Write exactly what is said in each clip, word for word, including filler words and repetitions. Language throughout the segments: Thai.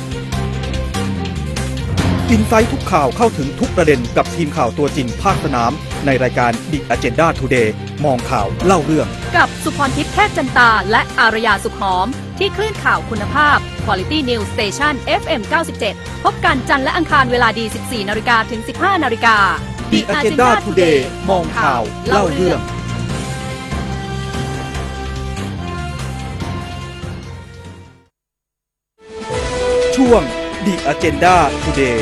อินไซต์ทุกข่าวเข้าถึงทุกประเด็นกับทีมข่าวตัวจริงภาคสนามในรายการ The Agenda Today มองข่าวเล่าเรื่องกับสุพรทิพย์แพทย์จันตาและอารยาสุขหอมที่คลื่นข่าวคุณภาพ Quality News Station เอฟ เอ็ม เก้าสิบเจ็ด พบกันจันทร์และอังคารเวลาดี สิบสี่นาฬิกาถึง สิบห้านาฬิกา The Agenda Today มองข่าวเล่าเรื่องช่วง The Agenda Today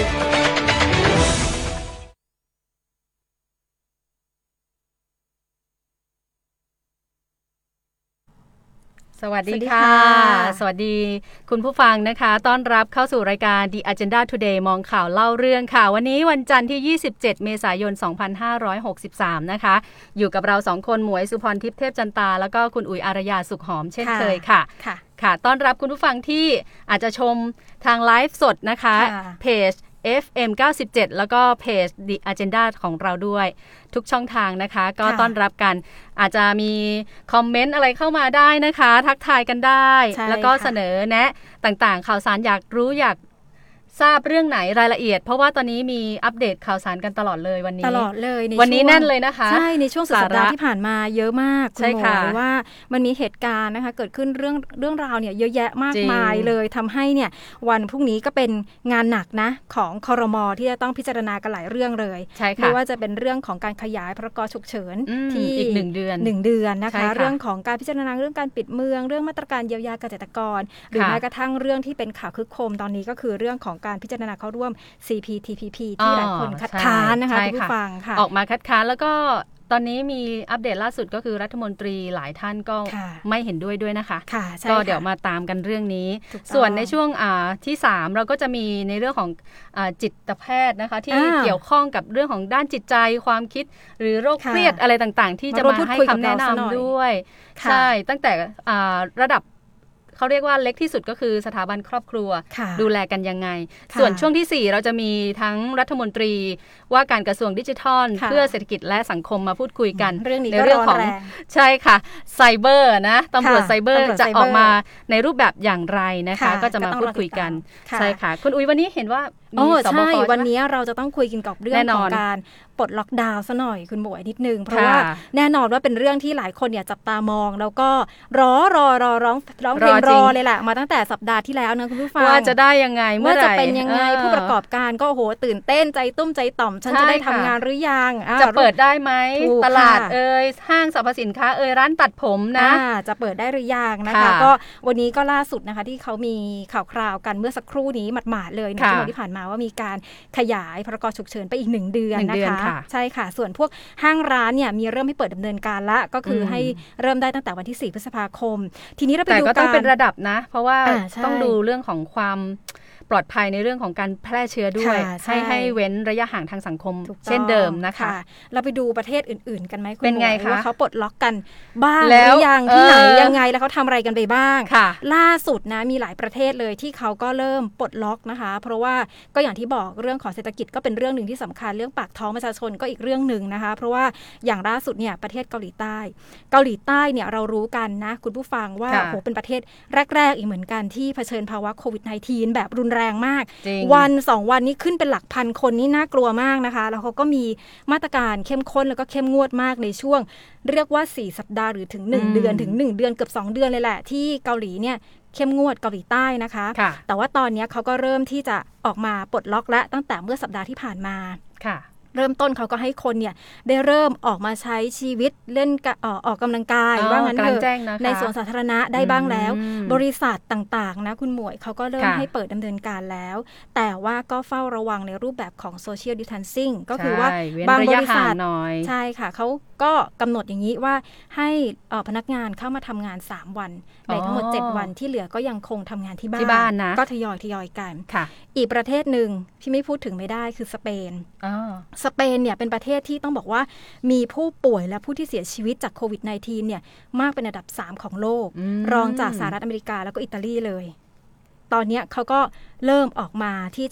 สวัสดีค่ะสวัสดีคุณผู้ฟังนะคะต้อนรับเข้าสู่รายการ The Agenda Today มองข่าวเล่าเรื่องค่ะวันนี้วันจันทร์ที่ยี่สิบเจ็ดเมษายนสองพันห้าร้อยหกสิบสามนะคะอยู่กับเราสองคนหมวยสุพรทิพย์เทพจันตาแล้วก็คุณอุ๋ยอารยาสุขหอมเช่นเคยค่ะค่ะค่ะต้อนรับคุณผู้ฟังที่อาจจะชมทางไลฟ์สดนะคะเพจเอฟ เอ็ม เก้าสิบเจ็ด แล้วก็เพจ The Agenda ของเราด้วยทุกช่องทางนะคะก็ต้อนรับกันอาจจะมีคอมเมนต์อะไรเข้ามาได้นะคะทักทายกันได้แล้วก็เสนอแนะต่างๆข่าวสารอยากรู้อยากทราบเรื่องไหนรายละเอียดเพราะว่าตอนนี้มีอัปเดตข่าวสารกันตลอดเลยวันนี้ตลอดเลยวันนี้แน่นเลยนะคะใช่ในช่วงสุดสัปดาห์ที่ผ่านมาเยอะมากคุณหมอว่ามันมีเหตุการณ์นะคะเกิดขึ้นเรื่องเรื่องราวเนี่ยเยอะแยะมากมายเลยทำให้เนี่ยวันพรุ่งนี้ก็เป็นงานหนักนะของครม.ที่จะต้องพิจารณากันหลายเรื่องเลยไม่ว่าจะเป็นเรื่องของการขยายพรกฉุกเฉินที่อีกหนึ่งเดือนหนึ่งเดือนนะคะเรื่องของการพิจารณาเรื่องการปิดเมืองเรื่องมาตรการเยียวยาเกษตรกรหรือแม้กระทั่งเรื่องที่เป็นข่าวคึกโครมตอนนี้ก็คือเรื่องของการพิจารณาเข้าร่วม ซี พี ที พี พี ที่หลายคนคัดค้านนะคะคุณผู้ฟังค่ะออกมาคัดค้านแล้วก็ตอนนี้มีอัปเดตล่าสุดก็คือรัฐมนตรีหลายท่านก็ไม่เห็นด้วยด้วยนะคะก็เดี๋ยวมาตามกันเรื่องนี้ส่วนในช่วงที่สามเราก็จะมีในเรื่องของจิตแพทย์นะคะที่เกี่ยวข้องกับเรื่องของด้านจิตใจความคิดหรือโรคเครียดอะไรต่างๆที่จะมาให้คำแนะนำด้วยใช่ตั้งแต่ระดับเขาเรียกว่าเล็กที่สุดก็คือสถาบันครอบครัวดูแลกันยังไงส่วนช่วงที่สี่เราจะมีทั้งรัฐมนตรีว่าการกระทรวงดิจิทัลเพื่อเศรษฐกิจและสังคมมาพูดคุยกันเรื่องนี้ในเรื่องของใช่ค่ะไซเบอร์นะตำรวจไซเบอร์จะออกมาในรูปแบบอย่างไรนะคะก็จะมาพูดคุยกันใช่ค่ะคุณอุ้ยวันนี้เห็นว่าโอ้ใช่วันนี้เราจะต้องคุยกันกับเรื่องของการปลดล็อกดาวน์ซะหน่อยคุณหมวยนิดนึงเพราะว่าแน่นอนว่าเป็นเรื่องที่หลายคนเนี่ยจับตามองแล้วก็รอรอรอร้องร้องเพลงรอเลยแหละมาตั้งแต่สัปดาห์ที่แล้วนะคุณผู้ฟังว่าจะได้ยังไงเมื่อไหร่ว่าจะเป็นยังไงผู้ประกอบการก็โหตื่นเต้นใจตุ้มใจต่อมฉันจะได้ทำงานหรือยังจะเปิดได้ไหมตลาดเอ่ยห้างสรรพสินค้าเอ่ยร้านตัดผมนะจะเปิดได้หรือยังนะคะก็วันนี้ก็ล่าสุดนะคะที่เขามีข่าวคราวกันเมื่อสักครู่นี้หมาดๆเลยในช่วงที่ผ่านมาว่ามีการขยายพรกฉุกเฉินไปอีกหนึ่งเดือนนะคะใช่ค่ะส่วนพวกห้างร้านเนี่ยมีเริ่มให้เปิดดำเนินการละก็คือให้เริ่มได้ตั้งแต่วันที่สี่พฤษภาคมทีนี้เราไปดูกันแต่ก็ต้องเป็นระดับนะเพราะว่าต้องดูเรื่องของความปลอดภัยในเรื่องของการแพร่เชื้อด้วยให้ให้เว้นระยะห่างทางสังคมเช่นเดิมนะคะเราไปดูประเทศอื่นๆกันไหมคุณหมอว่าเขาปลดล็อกกันบ้างหรือยังที่ไหนยังไงแล้วเขาทำอะไรกันไปบ้างล่าสุดนะมีหลายประเทศเลยที่เขาก็เริ่มปลดล็อกนะคะเพราะว่าก็อย่างที่บอกเรื่องของเศรษฐกิจก็เป็นเรื่องหนึ่งที่สำคัญเรื่องปากท้องประชาชนก็อีกเรื่องหนึ่งนะคะเพราะว่าอย่างล่าสุดเนี่ยประเทศเกาหลีใต้เกาหลีใต้เนี่ยเรารู้กันนะคุณผู้ฟังว่าโอ้โหเป็นประเทศแรกๆอีกเหมือนกันที่เผชิญภาวะโควิด สิบเก้า แบบรุนแรงมากวันสองวันนี้ขึ้นเป็นหลักพันคนนี่น่ากลัวมากนะคะแล้วเขาก็มีมาตรการเข้มข้นแล้วก็เข้มงวดมากในช่วงเรียกว่าสี่สัปดาห์หรือถึงหนึ่งเดือนถึงหนึ่งเดือนเกือบสองเดือนเลยแหละที่เกาหลีเนี่ยเข้มงวดเกาหลีใต้นะคะแต่ว่าตอนนี้เขาก็เริ่มที่จะออกมาปลดล็อกแล้วตั้งแต่เมื่อสัปดาห์ที่ผ่านมาค่ะเริ่มต้นเขาก็ให้คนเนี่ยได้เริ่มออกมาใช้ชีวิตเล่นออกกำลังกายว่างั้นเถอะในสวนสาธารณะได้บ้างแล้วบริษัทต่างๆนะคุณหมวยเขาก็เริ่มให้เปิดดำเนินการแล้วแต่ว่าก็เฝ้าระวังในรูปแบบของโซเชียลดิสแทนซิ่งก็คือว่าบางบริษัทใช่ค่ะเขาก็กำหนดอย่างนี้ว่าให้พนักงานเข้ามาทำงานสามวันในทั้งหมดเจ็ดวันที่เหลือก็ยังคงทำงานที่บ้านนะก็ทยอยทยอยกันอีกประเทศหนึ่งที่ไม่พูดถึงไม่ได้คือสเปนสเปนเนี่ยเป็นประเทศที่ต้องบอกว่ามีผู้ป่วยและผู้ที่เสียชีวิตจากโควิด สิบเก้า เนี่ยมากเป็นอันดับสามของโลกรองจากสหรัฐอเมริกาแล้วก็อิตาลีเลยตอนนี้เขาก็เริ่มออกมาที่จะ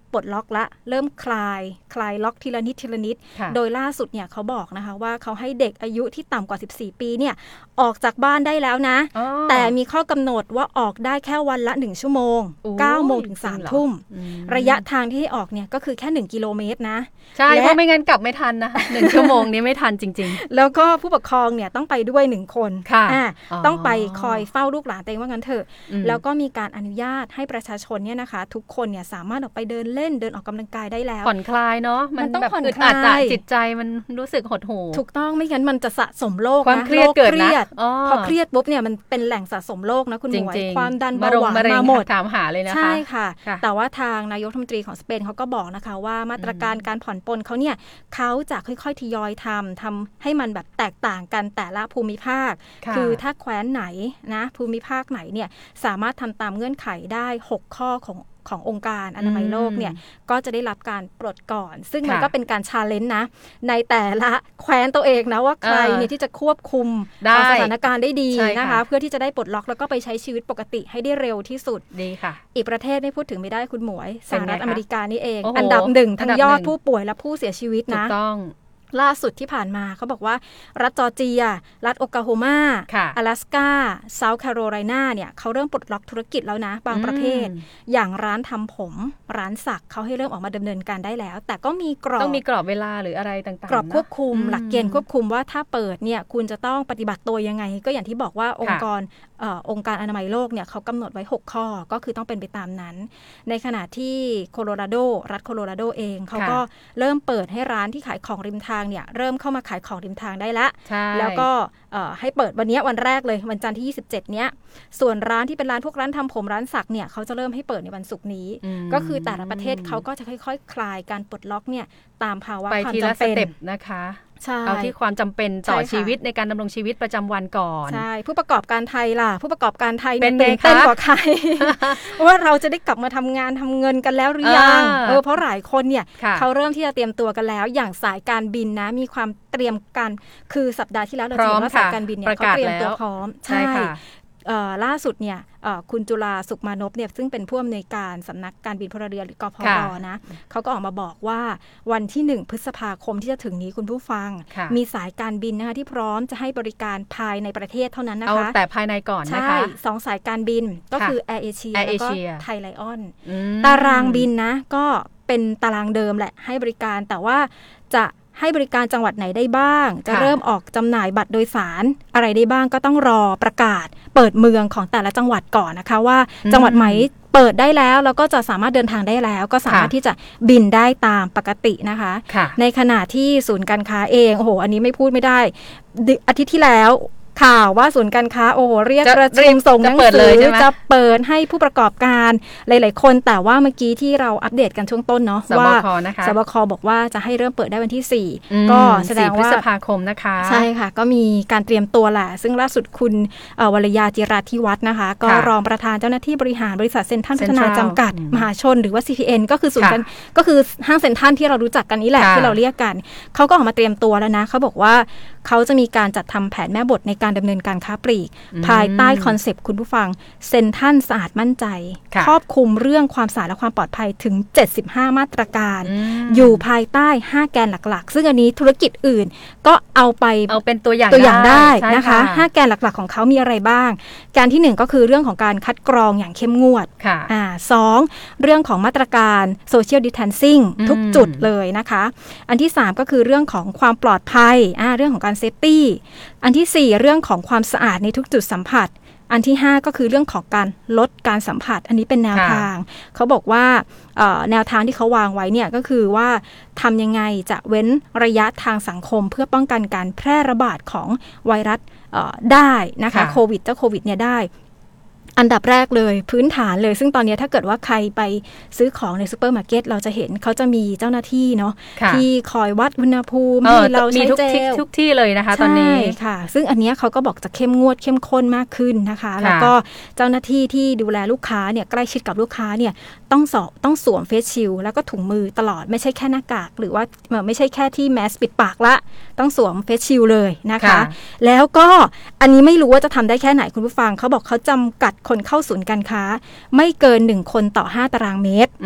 ปลดล็อกละเริ่มคลายคลายล็อกทีละนิดทีละนิดโดยล่าสุดเนี่ยเขาบอกนะคะว่าเขาให้เด็กอายุที่ต่ำกว่าสิบสี่ปีเนี่ยออกจากบ้านได้แล้วนะแต่มีข้อกำหนดว่าออกได้แค่วันละหนึ่งชั่วโมงเก้าโมงถึงสามทุ่มระยะทางที่ให้ออกเนี่ยก็คือแค่หนึ่งกิโลเมตรนะใช่เพราะไม่งั้นกลับไม่ทันนะคะหนึ่งชั่วโมงนี้ไม่ทันจริงๆแล้วก็ผู้ปกครองเนี่ยต้องไปด้วยหนึ่งคนต้องไปคอยเฝ้าลูกหลานตัวเองว่างั้นเถอะแล้วก็มีการอนุญาตให้ประชาชนเนี่ยนะคะทุกคนเนี่ยสามารถออกไปเดินเล่นเดินออกกำลังกายได้แล้วผ่อนคลายเนาะมันต้องผ่อนคลายจิตใจมันรู้สึกหดหู่ถูกต้องไม่งั้นมันจะสะสมโรคนะความเครียดเกิดนะพอเครียดปุ๊บเนี่ยมันเป็นแหล่งสะสมโรคนะคุณหมวยความดันเบาหวานมาหมดถามหาเลยนะคะใช่ค่ะแต่ว่าทางนายกรัฐมนตรีของสเปนเขาก็บอกนะคะว่ามาตรการการผ่อนปลนเขาเนี่ยเขาจะค่อยๆทยอยทำทำให้มันแบบแตกต่างกันแต่ละภูมิภาคคือถ้าแคว้นไหนนะภูมิภาคไหนเนี่ยสามารถทำตามเงื่อนไขได้หกข้อของขององค์การอนามัยโลกเนี่ยก็จะได้รับการปลดก่อนซึ่งมันก็เป็นการชาเลนจ์นะในแต่ละแคว้นตัวเองนะว่าใครเนี่ยที่จะควบคุมสถานการณ์ได้ดีนะคะเพื่อที่จะได้ปลดล็อกแล้วก็ไปใช้ชีวิตปกติให้ได้เร็วที่สุดดีค่ะอีกประเทศไม่พูดถึงไม่ได้คุณหมวยสหรัฐอเมริกานี่เองอันดับหนึ่งทั้งยอดผู้ป่วยและผู้เสียชีวิตนะถูกต้องล่าสุดที่ผ่านมาเขาบอกว่ารัฐจอร์เจียรัฐโอคลาโฮมา阿拉สกาเซาท์แคโรไลนาเนี่ยเขาเริ่มปลดล็อกธุรกิจแล้วนะบางประเภทอย่างร้านทำผมร้านสักเขาให้เริ่มออกมาดำเนินการได้แล้วแต่ก็มีกรอบต้องมีกรอบเวลาหรืออะไรต่างๆกรอบควบคุมหลักเกณฑ์ควบคุมว่าถ้าเปิดเนี่ยคุณจะต้องปฏิบัติตัวยังไงก็อย่างที่บอกว่าองค์กรเอ่อองค์การอนามัยโลกเนี่ยเขากำหนดไว้หกข้อก็คือต้องเป็นไปตามนั้นในขณะที่โคโลราโดรัฐโคโลราโดเองเขาก็เริ่มเปิดให้ร้านที่ขายของริมทางเนี่ยเริ่มเข้ามาขายของริมทางได้ละแล้วก็ให้เปิดวันนี้วันแรกเลยวันจันทร์ที่ยี่สิบเจ็ดเนี้ยส่วนร้านที่เป็นร้านพวกร้านทำผมร้านสักเนี่ยเขาจะเริ่มให้เปิดในวันศุกร์นี้ก็คือแต่ละประเทศเขาก็จะค่อยๆ ค, คลายการปลดล็อกเนี่ยตามภาวะความจำเป็นนะคะเอาที่ความจำเป็นต่อชีวิตในการดำรงชีวิตประจำวันก่อนใช่ผู้ประกอบการไทยล่ะผู้ประกอบการไทยเป็นตื่นเต้นกว่าใคร ว่าเราจะได้กลับมาทำงานทำเงินกันแล้วหรือยังเออเพราะหลายคนเนี่ยเขาเริ่มที่จะเตรียมตัวกันแล้วอย่างสายการบินนะมีความเตรียมกันคือสัปดาห์ที่แล้วเราเห็นว่าสายการบินเนี่ยเขาเตรียมตัวพร้อมใช่ล่าสุดเนี่ยคุณจุฬาสุขมานพเนี่ยซึ่งเป็นผู้อำนวยการสำนักการบินพลเรือนหรือกพรนะเขาก็ออกมาบอกว่าวันที่หนึ่งพฤษภาคมที่จะถึงนี้คุณผู้ฟังมีสายการบินนะคะที่พร้อมจะให้บริการภายในประเทศเท่านั้นนะคะเอาแต่ภายในก่อนนะคะใช่สองสายการบินก็คือ Air Asia แล้วก็ไทยไลออนตารางบินนะก็เป็นตารางเดิมแหละให้บริการแต่ว่าจะให้บริการจังหวัดไหนได้บ้างจะเริ่มออกจำหน่ายบัตรโดยสารอะไรได้บ้างก็ต้องรอประกาศเปิดเมืองของแต่ละจังหวัดก่อนนะคะว่าจังหวัดไหนเปิดได้แล้วแล้วก็จะสามารถเดินทางได้แล้วก็สามารถที่จะบินได้ตามปกตินะคะในขณะที่ศูนย์การค้าเองโอ้โหอันนี้ไม่พูดไม่ได้อาทิตย์ที่แล้วข่าวว่าศูนย์การค้าโอ้โหเรียกประชุมส่งหนังสือจะเปิดให้ผู้ประกอบการหลายๆคนแต่ว่าเมื่อกี้ที่เราอัปเดตกันช่วงต้นเนาะว่าสบคบอกว่าจะให้เริ่มเปิดได้วันที่สี่ก็แสดงว่าพฤษภาคมนะคะใช่ค่ะก็มีการเตรียมตัวแหละซึ่งล่าสุดคุณวรยาจิราธิวัฒน์นะคะก็รองประธานเจ้าหน้าที่บริหารบริษัทเซ็นทรัลพัฒนาจำกัดมหาชนหรือว่า ซี พี เอ็น ก็คือศูนย์กันก็คือห้างเซ็นทรัลที่เรารู้จักกันนี้แหละที่เราเรียกกันเขาก็ออกมาเตรียมตัวแล้วนะเขาบอกว่าเขาจะมีการจัดทำแผนแม่บทในการดำเนินการค้าปลีกภายใต้คอนเซปต์คุณผู้ฟังเซ็นทรัลสะอาดมั่นใจครอบคลุมเรื่องความสะอาดและความปลอดภัยถึงเจ็ดสิบห้ามาตรการอยู่ภายใต้ห้าแกนหลักๆซึ่งอันนี้ธุรกิจอื่นก็เอาไปเอาเป็นตัวอย่างตัวอย่างได้นะคะห้าแกนหลักๆของเขามีอะไรบ้างแกนที่หนึ่งก็คือเรื่องของการคัดกรองอย่างเข้มงวดอ่าสองเรื่องของมาตรการโซเชียลดิสแทนซิ่งทุกจุดเลยนะคะอันที่สามก็คือเรื่องของความปลอดภัยอ่าเรื่องของการเซฟตี้อันที่สี่เรื่องของความสะอาดในทุกจุดสัมผัสอันที่ห้าก็คือเรื่องของการลดการสัมผัสอันนี้เป็นแนวทางเขาบอกว่าแนวทางที่เขาวางไว้เนี่ยก็คือว่าทำยังไงจะเว้นระยะทางสังคมเพื่อป้องกันการแพร่ระบาดของไวรัสได้นะคะโควิดเจ้าโควิดเนี่ยได้อันดับแรกเลยพื้นฐานเลยซึ่งตอนนี้ถ้าเกิดว่าใครไปซื้อของในซูเปอร์มาร์เก็ตเราจะเห็นเขาจะมีเจ้าหน้าที่เนาะที่คอยวัดอุณหภูมิที่เราใช้เจลทุกที่เลยนะคะตอนนี้ใช่ค่ะซึ่งอันนี้เขาก็บอกจะเข้มงวดเข้มข้นมากขึ้นนะคะแล้วก็เจ้าหน้าที่ที่ดูแลลูกค้าเนี่ยใกล้ชิดกับลูกค้าเนี่ยต้องสอบต้องสวมเฟซชิลด์แล้วก็ถุงมือตลอดไม่ใช่แค่หน้ากากหรือว่าไม่ใช่แค่ที่แมสปิดปากละต้องสวมเฟซชิลด์เลยนะคะแล้วก็อันนี้ไม่รู้ว่าจะทำได้แค่ไหนคุณผู้ฟังเขาบอกเขาจำกัดคนเข้าศูนย์การค้าไม่เกินหนึ่งคนต่อห้าตารางเมตร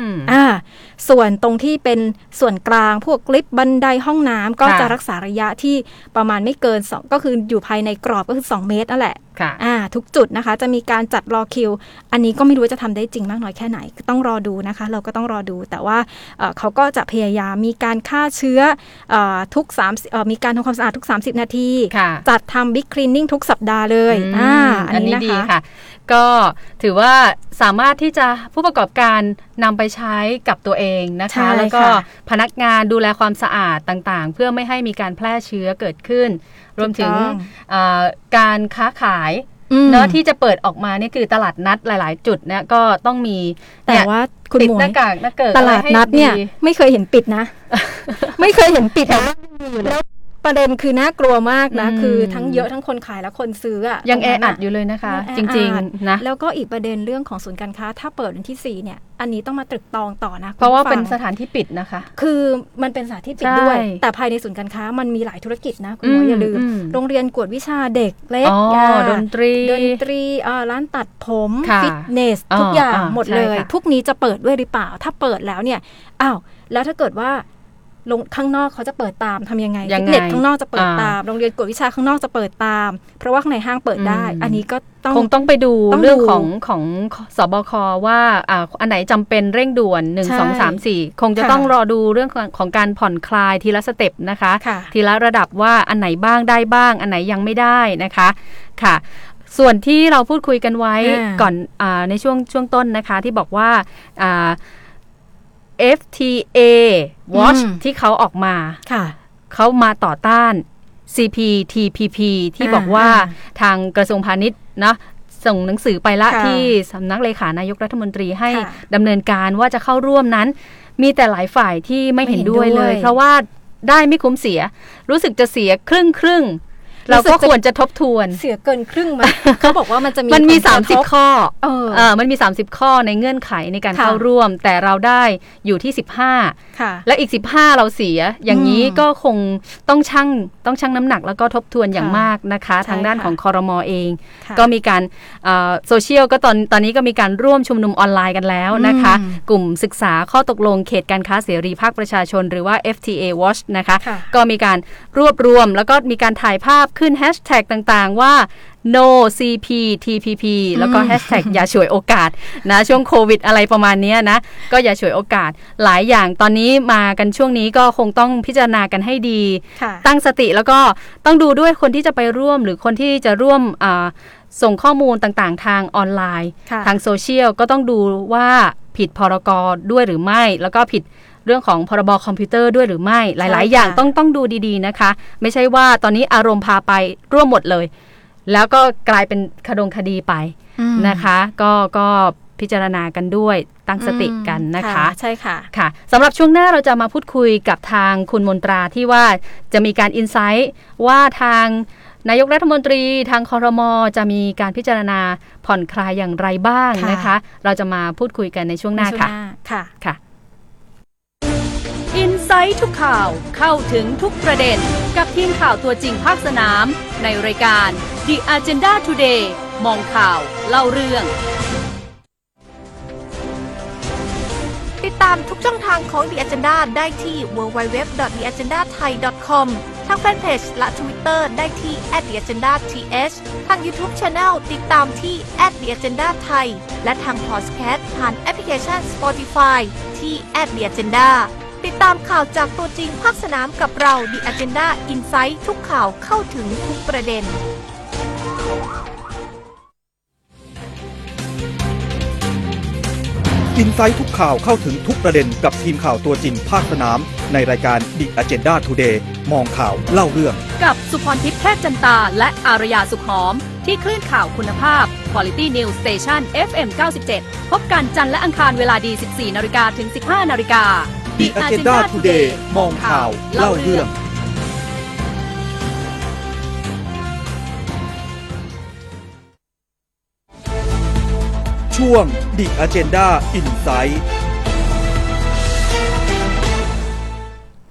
อ่าส่วนตรงที่เป็นส่วนกลางพวกลิฟต์บันไดห้องน้ำก็จะรักษาระยะที่ประมาณไม่เกินสองก็คืออยู่ภายในกรอบก็คือสองเมตรนั่นแหละอ่าทุกจุดนะคะจะมีการจัดรอคิวอันนี้ก็ไม่รู้ว่าจะทำได้จริงมากน้อยแค่ไหนต้องรอดูนะคะเราก็ต้องรอดูแต่ว่า เ, เขาก็จะพยายามมีการฆ่าเชื้อทุกสามมีการทำความสะอาดทุกสามสิบนาทีจัดทำบิ๊กคลีนนิ่งทุกสัปดาห์เลยอ่าอันนี้ดีค่ะก็ถือว่าสามารถที่จะผู้ประกอบการนำไปใช้กับตัวเองนะคะแล้วก็พนักงานดูแลความสะอาดต่างๆเพื่อไม่ให้มีการแพร่เชื้อเกิดขึ้นรวมถึงการค้าขายเนาะที่จะเปิดออกมานี่คือตลาดนัดหลายๆจุดเนี่ยก็ต้องมีแต่ว่าคุณหมวยหน้ากากหน้าเกิดตลาดนัดเนี่ยไม่เคยเห็นปิดนะ ไม่เคยเห็นปิดแต่ว่ามีอยู่แล้วประเด็นคือน่ากลัวมากนะคือทั้งเยอะทั้งคนขายและคนซื้ออ่ะยังแออัดอยู่เลยนะคะจริงๆนะแล้วก็อีกประเด็นเรื่องของศูนย์การค้าถ้าเปิดวันที่สี่เนี่ยอันนี้ต้องมาตรึกตรองต่อนะเพราะว่าเป็นสถานที่ปิดนะคะคือมันเป็นสถานที่ปิดด้วยแต่ภายในศูนย์การค้ามันมีหลายธุรกิจนะคุณหมออย่าลืมโรงเรียนกวดวิชาเด็กเล็กดนตรีดนตรีร้านตัดผมฟิตเนสทุกอย่างหมดเลยพวกนี้จะเปิดด้วยหรือเปล่าถ้าเปิดแล้วเนี่ยอ้าวแล้วถ้าเกิดว่าลงข้างนอกเขาจะเปิดตามทำยังไงฟิตเนสข้างนอกจะเปิดตามโรงเรียนกวดวิชาข้างนอกจะเปิดตามเพราะว่าข้างในห้างเปิดได้อันนี้ก็ต้องคงต้องไปดูเรื่องของของสบคว่าอ่าอันไหนจำเป็นเร่งด่วนหนึ่ง สอง สาม สี่คงจะต้องรอดูเรื่องของการผ่อนคลายทีละสเต็ปนะคะทีละระดับว่าอันไหนบ้างได้บ้างอันไหนยังไม่ได้นะคะค่ะส่วนที่เราพูดคุยกันไว้ก่อนอ่าในช่วงช่วงต้นนะคะที่บอกว่าอ่าเอฟ ที เอ Watch ที่เขาออกมาเขามาต่อต้าน ซี พี ที พี พี ที่บอกว่าทางกระทรวงพาณิชย์นะส่งหนังสือไปละที่สำนักเลขานายกรัฐมนตรีให้ดำเนินการว่าจะเข้าร่วมนั้นมีแต่หลายฝ่ายที่ไม่เห็นด้วยเลยเพราะว่าได้ไม่คุ้มเสียรู้สึกจะเสียครึ่งครึ่งเราก็ควรจะทบทวนเสียเกินครึ่งมั้ยเขาบอกว่ามันจะมีมันมีสามสิบข้อเออเออมันมีสามสิบข้อในเงื่อนไขในการเข้าร่วมแต่เราได้อยู่ที่สิบห้าค่ะและอีกสิบห้าเราเสียอย่างนี้ก็คงต้องชั่งต้องชั่งน้ำหนักแล้วก็ทบทวนอย่างมากนะคะทางด้านของครม.เองก็มีการเอ่อโซเชียลก็ตอนตอนนี้ก็มีการร่วมชุมนุมออนไลน์กันแล้วนะคะกลุ่มศึกษาข้อตกลงเขตการค้าเสรีภาคประชาชนหรือว่า เอฟ ที เอ Watch นะคะก็มีการรวบรวมแล้วก็มีการถ่ายภาพขึ้นแฮชแท็กต่างๆว่า no ซี พี ที พี พี แล้วก็แฮชแท็กอย่าฉวยโอกาสนะช่วงโควิดอะไรประมาณนี้นะก็อย่าฉวยโอกาสหลายอย่างตอนนี้มากันช่วงนี้ก็คงต้องพิจารณากันให้ดีตั้งสติแล้วก็ต้องดูด้วยคนที่จะไปร่วมหรือคนที่จะร่วมส่งข้อมูลต่างๆทางออนไลน์ทางโซเชียลก็ต้องดูว่าผิดพรก.ด้วยหรือไม่แล้วก็ผิดเรื่องของพรบคอมพิวเตอร์ด้วยหรือไม่หลายๆอย่างต้องต้องดูดีๆนะคะไม่ใช่ว่าตอนนี้อารมณ์พาไปร่วมหมดเลยแล้วก็กลายเป็นคดงคดีไปนะคะก็ก็พิจารณากันด้วยตั้งสติกันนะคะใช่ค่ะค่ะสำหรับช่วงหน้าเราจะมาพูดคุยกับทางคุณมนตราที่ว่าจะมีการอินไซต์ว่าทางนายกรัฐมนตรีทางครม.จะมีการพิจารณาผ่อนคลายอย่างไรบ้างนะคะเราจะมาพูดคุยกันในช่วงหน้าค่ะค่ะค่ะอินไซต์ทุกข่าวเข้าถึงทุกประเด็นกับทีมข่าวตัวจริงภาคสนามในรายการ The Agenda Today มองข่าวเล่าเรื่องติดตามทุกช่องทางของ The Agenda ได้ที่ ดับเบิลยู ดับเบิลยู ดับเบิลยู ดอท เดอะ แอเจนดา ไทย ดอท คอม ทางแฟนเพจและ Twitter ได้ที่ แอท เดอะ แอเจนดา ที เอช ทาง YouTube Channel ติดตามที่ แอท เดอะ แอเจนดา ไทย และทาง Podcast ผ่านแอปพลิเคชัน Spotify ที่ แอท เดอะ แอเจนดา ติดตามข่าวจากตัวจริงภาคสนามกับเรา The Agenda Insight ทุกข่าวเข้าถึงทุกประเด็นอินไซต์ทุกข่าวเข้าถึงทุกประเด็นกับทีมข่าวตัวจริงภาคสนามในรายการ The Agenda Today มองข่าวเล่าเรื่องกับสุพรทิพย์แพทย์จันตาและอารยาสุขหอมที่คลื่นข่าวคุณภาพ Quality News Station เอฟ เอ็ม เก้าสิบเจ็ด พบกันจันทร์และอังคารเวลาดี สิบสี่นาฬิกาถึง สิบห้านาฬิกา The Agenda Today มองข่าวเล่าเรื่องช่วง The Agenda Insight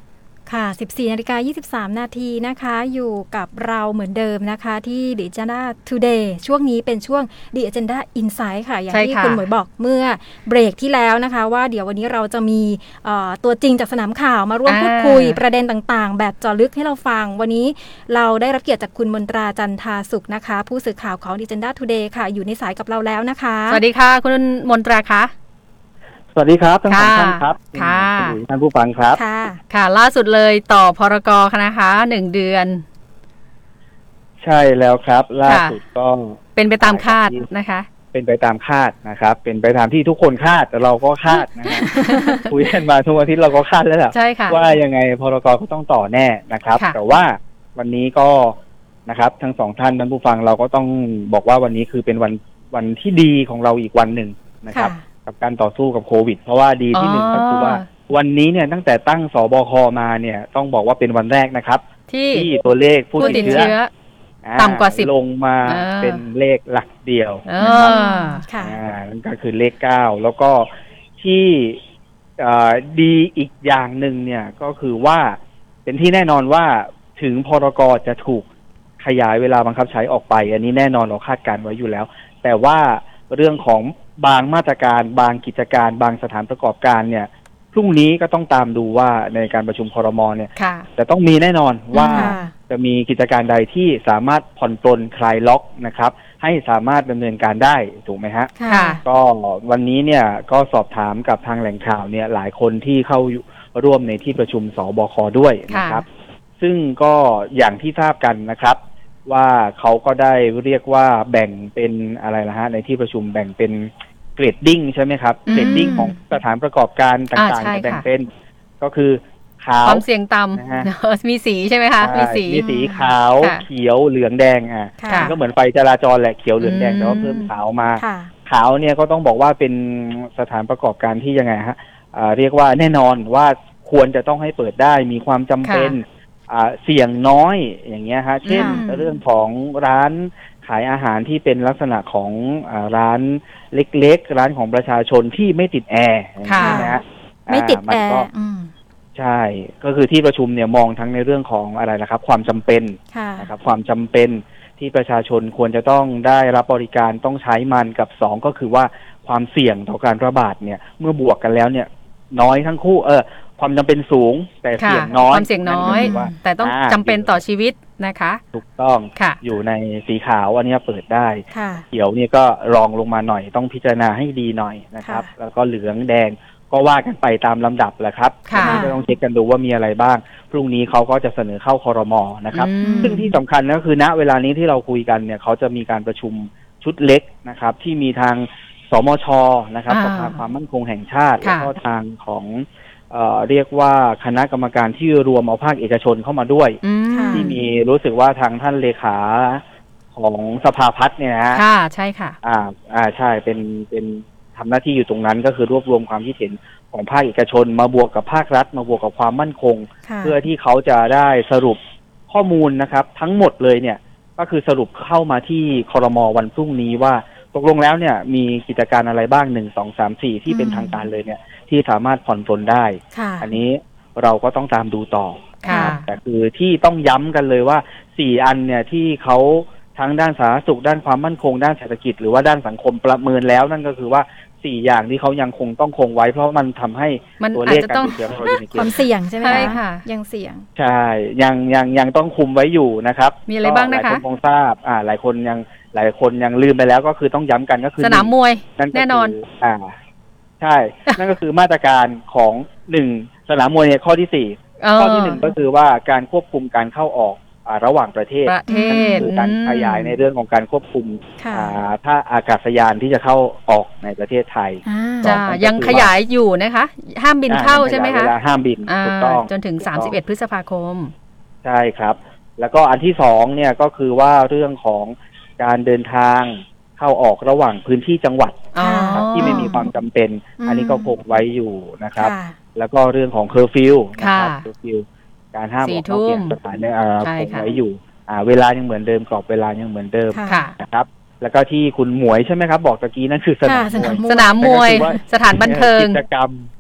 ค่ะ สิบสี่นาฬิกายี่สิบสาม นาทีนะคะอยู่กับเราเหมือนเดิมนะคะที่ The Agenda Today ช่วงนี้เป็นช่วง The Agenda Insight ค่ะอย่างที่คุณหมวยบอกเมื่อเบรกที่แล้วนะคะว่าเดี๋ยววันนี้เราจะมีตัวจริงจากสนามข่าวมาร่วมพูดคุยประเด็นต่างๆแบบเจาะลึกให้เราฟังวันนี้เราได้รับเกียรติจากคุณมนตราจันทาสุขนะคะผู้สื่อข่าวของ The Agenda Today ค่ะอยู่ในสายกับเราแล้วนะคะสวัสดีค่ะคุณมนตราคะสวัสดีครับทั้งสองท่านครับค่ะท่านผู้ฟังครับค่ะค่ะล่าสุดเลยต่อพรกนะคะหนึ่งเดือนใช่แล้วครับล่าสุดก็เป็นไปตามคาดนะคะเป็นไปตามคาดนะครับเป็นไปตามที่ทุกคนคาดแต่เราก็คาดนะฮะ คุยกันมาทุกอาทิตย์เราก็คาดแล้วแหละว่ายังไงพรกก็ต้องต่อแน่นะครับแต่ว่าวันนี้ก็นะครับทั้งสองท่านท่านผู้ฟังเราก็ต้องบอกว่าวันนี้คือเป็นวันวันที่ดีของเราอีกวันหนึ่งนะครับกับการต่อสู้กับโควิดเพราะว่าดีที่หนึ่งก็คือว่าวันนี้เนี่ยตั้งแต่ตั้งสบคมาเนี่ยต้องบอกว่าเป็นวันแรกนะครับที่ตัวเลขผู้ติดเชื้อต่ำกว่าสิบลงมาเป็นเลขหลักเดียวนะครับนั่นก็คือเลขเก้าแล้วก็ที่ดีอีกอย่างหนึ่งเนี่ยก็คือว่าเป็นที่แน่นอนว่าถึงพรกจะถูกขยายเวลาบังคับใช้ออกไปอันนี้แน่นอนเราคาดการไว้อยู่แล้วแต่ว่าเรื่องของบางมาตรการบางกิจการบางสถานประกอบการเนี่ยพรุ่งนี้ก็ต้องตามดูว่าในการประชุมครม.เนี่ยจะต้องมีแน่นอนว่าจะมีกิจการใดที่สามารถผ่อนปลนคลายล็อกนะครับให้สามารถดำเนินการได้ถูกไหมฮะก็วันนี้เนี่ยก็สอบถามกับทางแหล่งข่าวเนี่ยหลายคนที่เข้าร่วมในที่ประชุมสบคด้วยนะครับซึ่งก็อย่างที่ทราบกันนะครับว่าเขาก็ได้เรียกว่าแบ่งเป็นอะไรล่ะฮะในที่ประชุมแบ่งเป็นเกรดดิ้งใช่ไหมครับเกรดดิ้งของสถานประกอบการต่างๆจะแบ่งเป็นก็คือขาวความเสี่ยงต่ำมีสีใช่ไหมคะมีสีมีสีขาวเขียวเหลืองแดงอ่ะก็เหมือนไฟจราจรแหละเขียวเหลืองแดงแต่ว่าเพิ่มขาวมาขาวเนี่ยก็ต้องบอกว่าเป็นสถานประกอบการที่ยังไงฮะเรียกว่าแน่นอนว่าควรจะต้องให้เปิดได้มีความจำเป็นเสี่ยงน้อยอย่างเงี้ยฮะเช่นเรื่องของร้านขายอาหารที่เป็นลักษณะของร้านเล็กๆร้านของประชาชนที่ไม่ติดแอร์นะฮะไม่ติดแอร์ใช่ก็คือที่ประชุมเนี่ยมองทั้งในเรื่องของอะไรนะครับความจำเป็นนะครับความจำเป็นที่ประชาชนควรจะต้องได้รับบริการต้องใช้มันกับสองก็คือว่าความเสี่ยงต่อการระบาดเนี่ยเมื่อบวกกันแล้วเนี่ยน้อยทั้งคู่เออความจำเป็นสูงแต่เสี่ยงน้อยความเสี่ยงน้อยแต่ต้องจำเป็นต่อชีวิตนะคะถูกต้องอยู่ในสีขาวอันนี้เปิดได้เขียวนี่ก็รองลงมาหน่อยต้องพิจารณาให้ดีหน่อยนะครับแล้วก็เหลืองแดงก็ว่ากันไปตามลำดับแหละครับวันนี้ก็ต้องเช็คกันดูว่ามีอะไรบ้างพรุ่งนี้เขาก็จะเสนอเข้าครม.นะครับซึ่งที่สำคัญก็คือณเวลานี้ที่เราคุยกันเนี่ยเขาจะมีการประชุมชุดเล็กนะครับที่มีทางสมช.นะครับสภาความมั่นคงแห่งชาติแล้วก็ทางของเอ่อเรียกว่าคณะกรรมการที่รวมเอาภาคเอกชนเข้ามาด้วยที่มีรู้สึกว่าทางท่านเลขาของสภาพัฒน์เนี่ยนะฮะค่ะใช่ค่ะอ่าอ่าใช่เป็นเป็นทำหน้าที่อยู่ตรงนั้นก็คือรวบรวมความคิดเห็นของภาคเอกชนมาบวกกับภาครัฐมาบวกกับความมั่นคงเพื่อที่เขาจะได้สรุปข้อมูลนะครับทั้งหมดเลยเนี่ยก็คือสรุปเข้ามาที่ครม.วันพรุ่งนี้ว่าตกลงแล้วเนี่ยมีกิจการอะไรบ้างหนึ่งสองสามสี่ที่เป็นทางการเลยเนี่ยที่สามารถผ่อนปลนได้อันนี้เราก็ต้องตามดูต่อแต่คือที่ต้องย้ำกันเลยว่าสี่อันเนี่ยที่เขาทั้งด้านสาธารณสุขด้านความมั่นคงด้านเศรษฐกิจหรือว่าด้านสังคมประเมินแล้วนั่นก็คือว่าสี่อย่างที่เขายังคงต้องคงไว้เพราะมันทำให้ตัวเลขการติดเชื้อของเราอยู่ในเกณฑ์ความเสี่ยงใช่ไหมคะยังเสี่ยงใช่ยังยังยังต้องคุมไว้อยู่นะครับมีอะไรบ้างนะคะหลายคนคงทราบอ่าหลายคนยังหลายคนยังลืมไปแล้วก็คือต้องย้ำกันก็คือสนามมวยแน่นอนอ่าใช่นั่นก็คือมาตรการของหนึ่งสนามมวยเนี่ยข้อที่สี่ข้อที่หนึ่งก็คือว่าการควบคุมการเข้าออกระหว่างประเทศคือการขยายในเรื่องของการควบคุมถ้าอากาศยานที่จะเข้าออกในประเทศไทยยังขยายอยู่นะคะห้ามบินเข้าใช่ไหมคะห้ามบินถูกต้องจนถึงสามสิบเอ็ดพฤษภาคมใช่ครับแล้วก็อันที่สองเนี่ยก็คือว่าเรื่องของการเดินทางเข้าออกระหว่างพื้นที่จังหวัดที่ไม่มีความจำเป็นอันนี้ก็คงไว้อยู่นะครับแล้วก็เรื่องของเคอร์ฟิวนะครับเคอร์ฟิวการห้ามออกนอกเขตสถานเนี่ยคงไว้อยู่เวลายังเหมือนเดิมกรอบเวลายังเหมือนเดิมนะครับแล้วก็ที่คุณหมวยใช่ไหมครับบอกตะกี้นั่นคือสนามมวยสนามมวยสถานบันเทิงกิจกรรม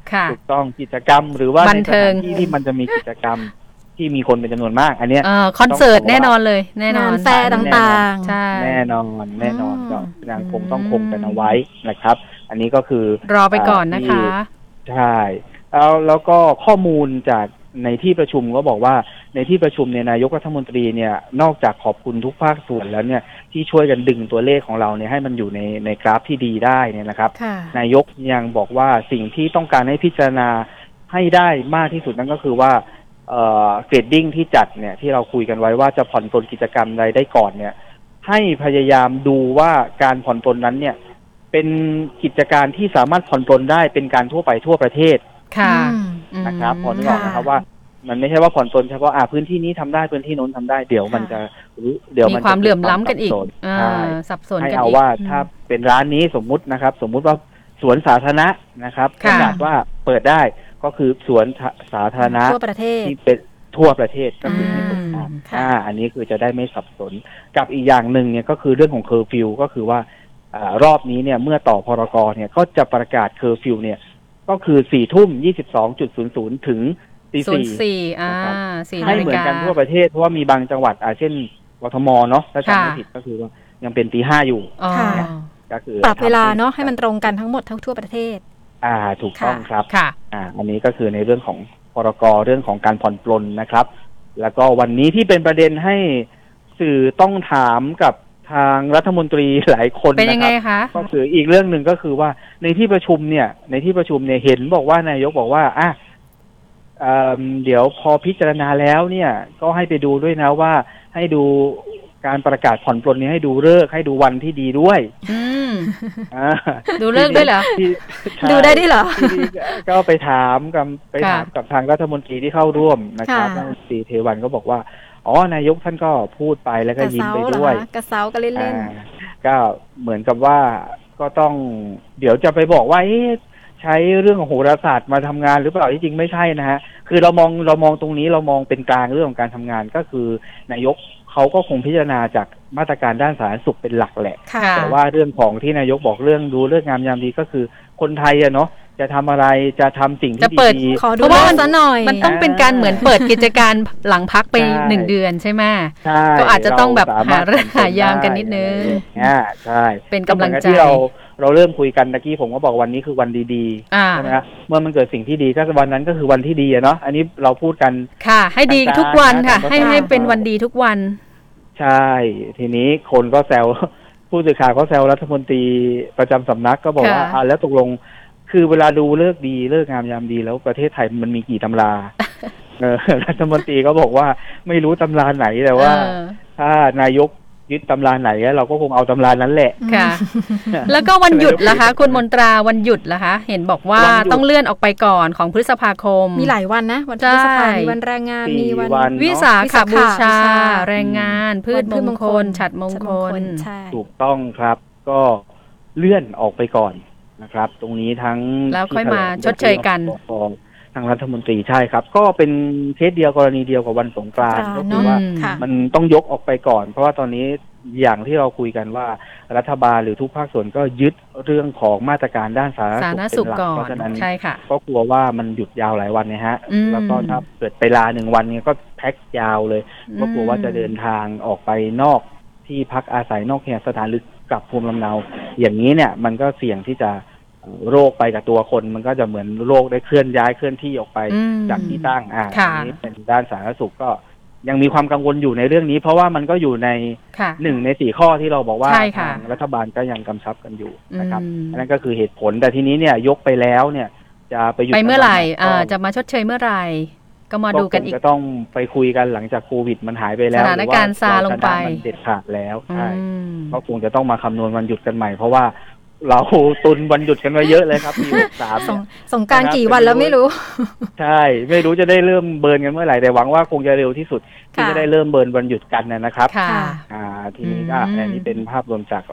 ถูกต้องกิจกรรมหรือว่าบันเทิงที่ที่มันจะมีกิจกรรมที่มีคนเป็นจำนวนมากอันเนี้ยคอนเสิร์ตแน่นอนเลยแน่นอนแฟร์ต่างๆใช่แน่นอนแน่นอนก็ยังคงต้องคงกันเอาไว้นะครับอันนี้ก็คือรอไปก่อนนะคะใช่แล้วแล้วก็ข้อมูลจากในที่ประชุมก็บอกว่าในที่ประชุมเนี่ยนายกรัฐมนตรีเนี่ยนอกจากขอบคุณทุกภาคส่วนแล้วเนี่ยที่ช่วยกันดึงตัวเลขของเราเนี่ยให้มันอยู่ในในกราฟที่ดีได้เนี่ยนะครับนายกยังบอกว่าสิ่งที่ต้องการให้พิจารณาให้ได้มากที่สุดนั่นก็คือว่าเอ่อเกรดดิ้งที่จัดเนี่ยที่เราคุยกันไว้ว่าจะผ่อนปลนกิจกรรมใดได้ก่อนเนี่ยให้พยายามดูว่าการผ่อนปลนนั้นเนี่ยเป็นกิจการที่สามารถผ่อนปลนได้เป็นการทั่วไปทั่วประเทศค่ะนะครับพอนึกออกนะครับว่ามันไม่ใช่ว่าผ่อนปลนเฉพาะอ่าพื้นที่นี้ทำได้พื้นที่โน้นทำได้เดี๋ยวมันจะเดี๋ยวมันมีความเหลื่อมล้ำกันอีกสับสนกันอีกให้เอาว่าถ้าเป็นร้านนี้สมมุตินะครับสมมุติว่าสวนสาธารณะนะครับขนาดว่าเปิดได้ก็คือสวนสาธารณะทั่วประเทศที่เป็นทั่วประเทศก็คือที่เปิดอ่าอันนี้คือจะได้ไม่สับสนกับอีกอย่างหนึ่งเนี่ยก็คือเรื่องของเคอร์ฟิวก็คือว่ารอบนี้เนี่ยเมื่อต่อพรกเนี่ยก็จะประกาศเคอร์ฟิวเนี่ยก็คือสี่ทุ่มยี่สิบสองจุดศูนย์ศูนย์ถึงตีสี่ให้เหมือนกันทั่วประเทศเพราะว่ามีบางจังหวัดอาเช่นกทมเนาะถ้าจำไม่ผิดก็คือว่ายังเป็นตีห้าอยู่ก็คือปรับเวลาเนาะให้มันตรงกันทั้งหมดทั้งทั่วประเทศอ่าถูกต้องครับอ่าอันนี้ก็คือในเรื่องของพรกเรื่องของการผ่อนปลนนะครับแล้วก็วันนี้ที่เป็นประเด็นให้สื่อต้องถามกับทางรัฐมนตรีหลายคนนะครับก็คืออีกเรื่องหนึ่งก็คือว่าในที่ประชุมเนี่ยในที่ประชุมเนี่ยเห็นบอกว่านายกบอกว่าอ่ะเอ่อเดี๋ยวพอพิจารณาแล้วเนี่ยก็ให้ไปดูด้วยนะว่าให้ดูการประกาศผ่อนปลนนี้ให้ดูฤกษ์ให้ดูวันที่ดีด้วยดูฤกษ์ด้วยเหรอดูได้ด้วยเหรอก็ไปถามกับไปถามกับทางรัฐมนตรีที่เข้าร่วมนะครับรัฐมนตรีเทวันก็บอกว่าอ๋อนายกท่านก็พูดไปแล้วก็ยิ้มไปด้วยกระเซาก็เล่นๆก็เหมือนกับว่าก็ต้องเดี๋ยวจะไปบอกว่าใช้เรื่องของโหราศาสตร์มาทำงานหรือเปล่าที่จริงไม่ใช่นะฮะคือเรามองเรามองตรงนี้เรามองเป็นกลางเรื่องของการทำงานก็คือนายกเขาก็คงพิจารณาจากมาตรการด้านสาธารณสุขเป็นหลักแหละแต่ว่าเรื่องของที่นายกบอกเรื่องดูเรื่องงามยามดีก็คือคนไทยอะเนาะจะทำอะไรจะทำสิ่งที่ดีๆเพราะว่ามันหน่อยมันต้องเป็นการเหมือนเปิดกิจการหลังพักไปหนึ่งเดือนใช่ไหมก็อาจจะต้องแบบหาเรื่องหายามกันนิดนึงอ่าใช่เป็นกำลังใจที่เราเราเริ่มคุยกันตะกี้ผมก็บอกวันนี้คือวันดีๆใช่ไหมครับเมื่อมันเกิดสิ่งที่ดีก็วันนั้นก็คือวันที่ดีอะเนาะอันนี้เราพูดกันค่ะให้ดีทุกวันค่ะให้ให้เป็นวันดีทุกวันใช่ทีนี้คนก็แซวผู้สื่อข่าวก็แซวรัฐมนตรีประจำสำนักก็บอกว่าอ่าแล้วตกลงคือเวลาดูเลิกดีเลิกงามยามดีแล้วประเทศไทยมันมีกี่ตำราเออรัฐมนตรีก็บอกว่าไม่รู้ตำราไหนแต่ว่าถ้านายกยึดตำราไหนเราก็คงเอาตำรานั้นแหละค่ะแล้วก็วันหยุดล่ะคะคุณมนตราวันหยุดล่ะคะเห็นบอกว่าต้องเลื่อนออกไปก่อนของพฤษภาคมมีหลายวันนะวันพฤษภาคมมีวันแรงงานมีวันวิสาขบูชาแรงงานพืชมงคลฉัตรมงคลถูกต้องครับก็เลื่อนออกไปก่อนนะครับตรงนี้ทั้งแล้วค่อยมาชดเชยกันทางรัฐมนตรีใช่ครับก็เป็นเคสเดียวกรณีเดียวกับวันสงกรานต์ก็คือว่ามันต้องยกออกไปก่อนเพราะว่าตอนนี้อย่างที่เราคุยกันว่ารัฐบาลหรือทุกภาคส่วนก็ยึดเรื่องของมาตรการด้านสาธารณสุขเป็นหลักเพราะฉะนั้นก็กลัวว่ามันหยุดยาวหลายวันนะฮะแล้วก็ถ้าเกิดไปลาหนึ่งวันเนี่ยก็แพ็คยาวเลยก็กลัวว่าจะเดินทางออกไปนอกที่พักอาศัยนอกเคหสถานหรือกลับภูมิลำเนาอย่างนี้เนี่ยมันก็เสี่ยงที่จะโรคไปกับตัวคนมันก็จะเหมือนโรคได้เคลื่อนย้ายเคลื่อนที่ออกไปจากที่ตั้งอ่าอันนี้เป็นด้านสาธารณสุขก็ยังมีความกังวลอยู่ในเรื่องนี้เพราะว่ามันก็อยู่ในหนึ่งในสี่ข้อที่เราบอกว่าทางรัฐบาลก็ยังกำชับกันอยู่นะครับนั่นก็คือเหตุผลแต่ทีนี้เนี่ยยกไปแล้วเนี่ยจะไปหยุดไปเมื่อไหร่อ่าจะมาชดเชยเมื่อไหร่ก็มาดูกันอีกก็ต้องไปคุยกันหลังจากโควิดมันหายไปแล้วสถานการณ์ซาลงไปมันเด็ดขาดแล้วใช่ก็คงจะต้องมาคำนวณวันหยุดกันใหม่เพราะว่าเราตุนวันหยุดกันไว้เยอะเลยครับปีหกสามสงกรานต์กี่วันแล้วไม่รู้ใช่ไม่รู้จะได้เริ่มเบิร์นกันเมื่อไหร่แต่หวังว่าคงจะเร็วที่สุดที่จะได้เริ่มเบิร์นวันหยุดกันนะครับค่ะอ่าทีนี้ก็อันนี้เป็นภาพรวมจาก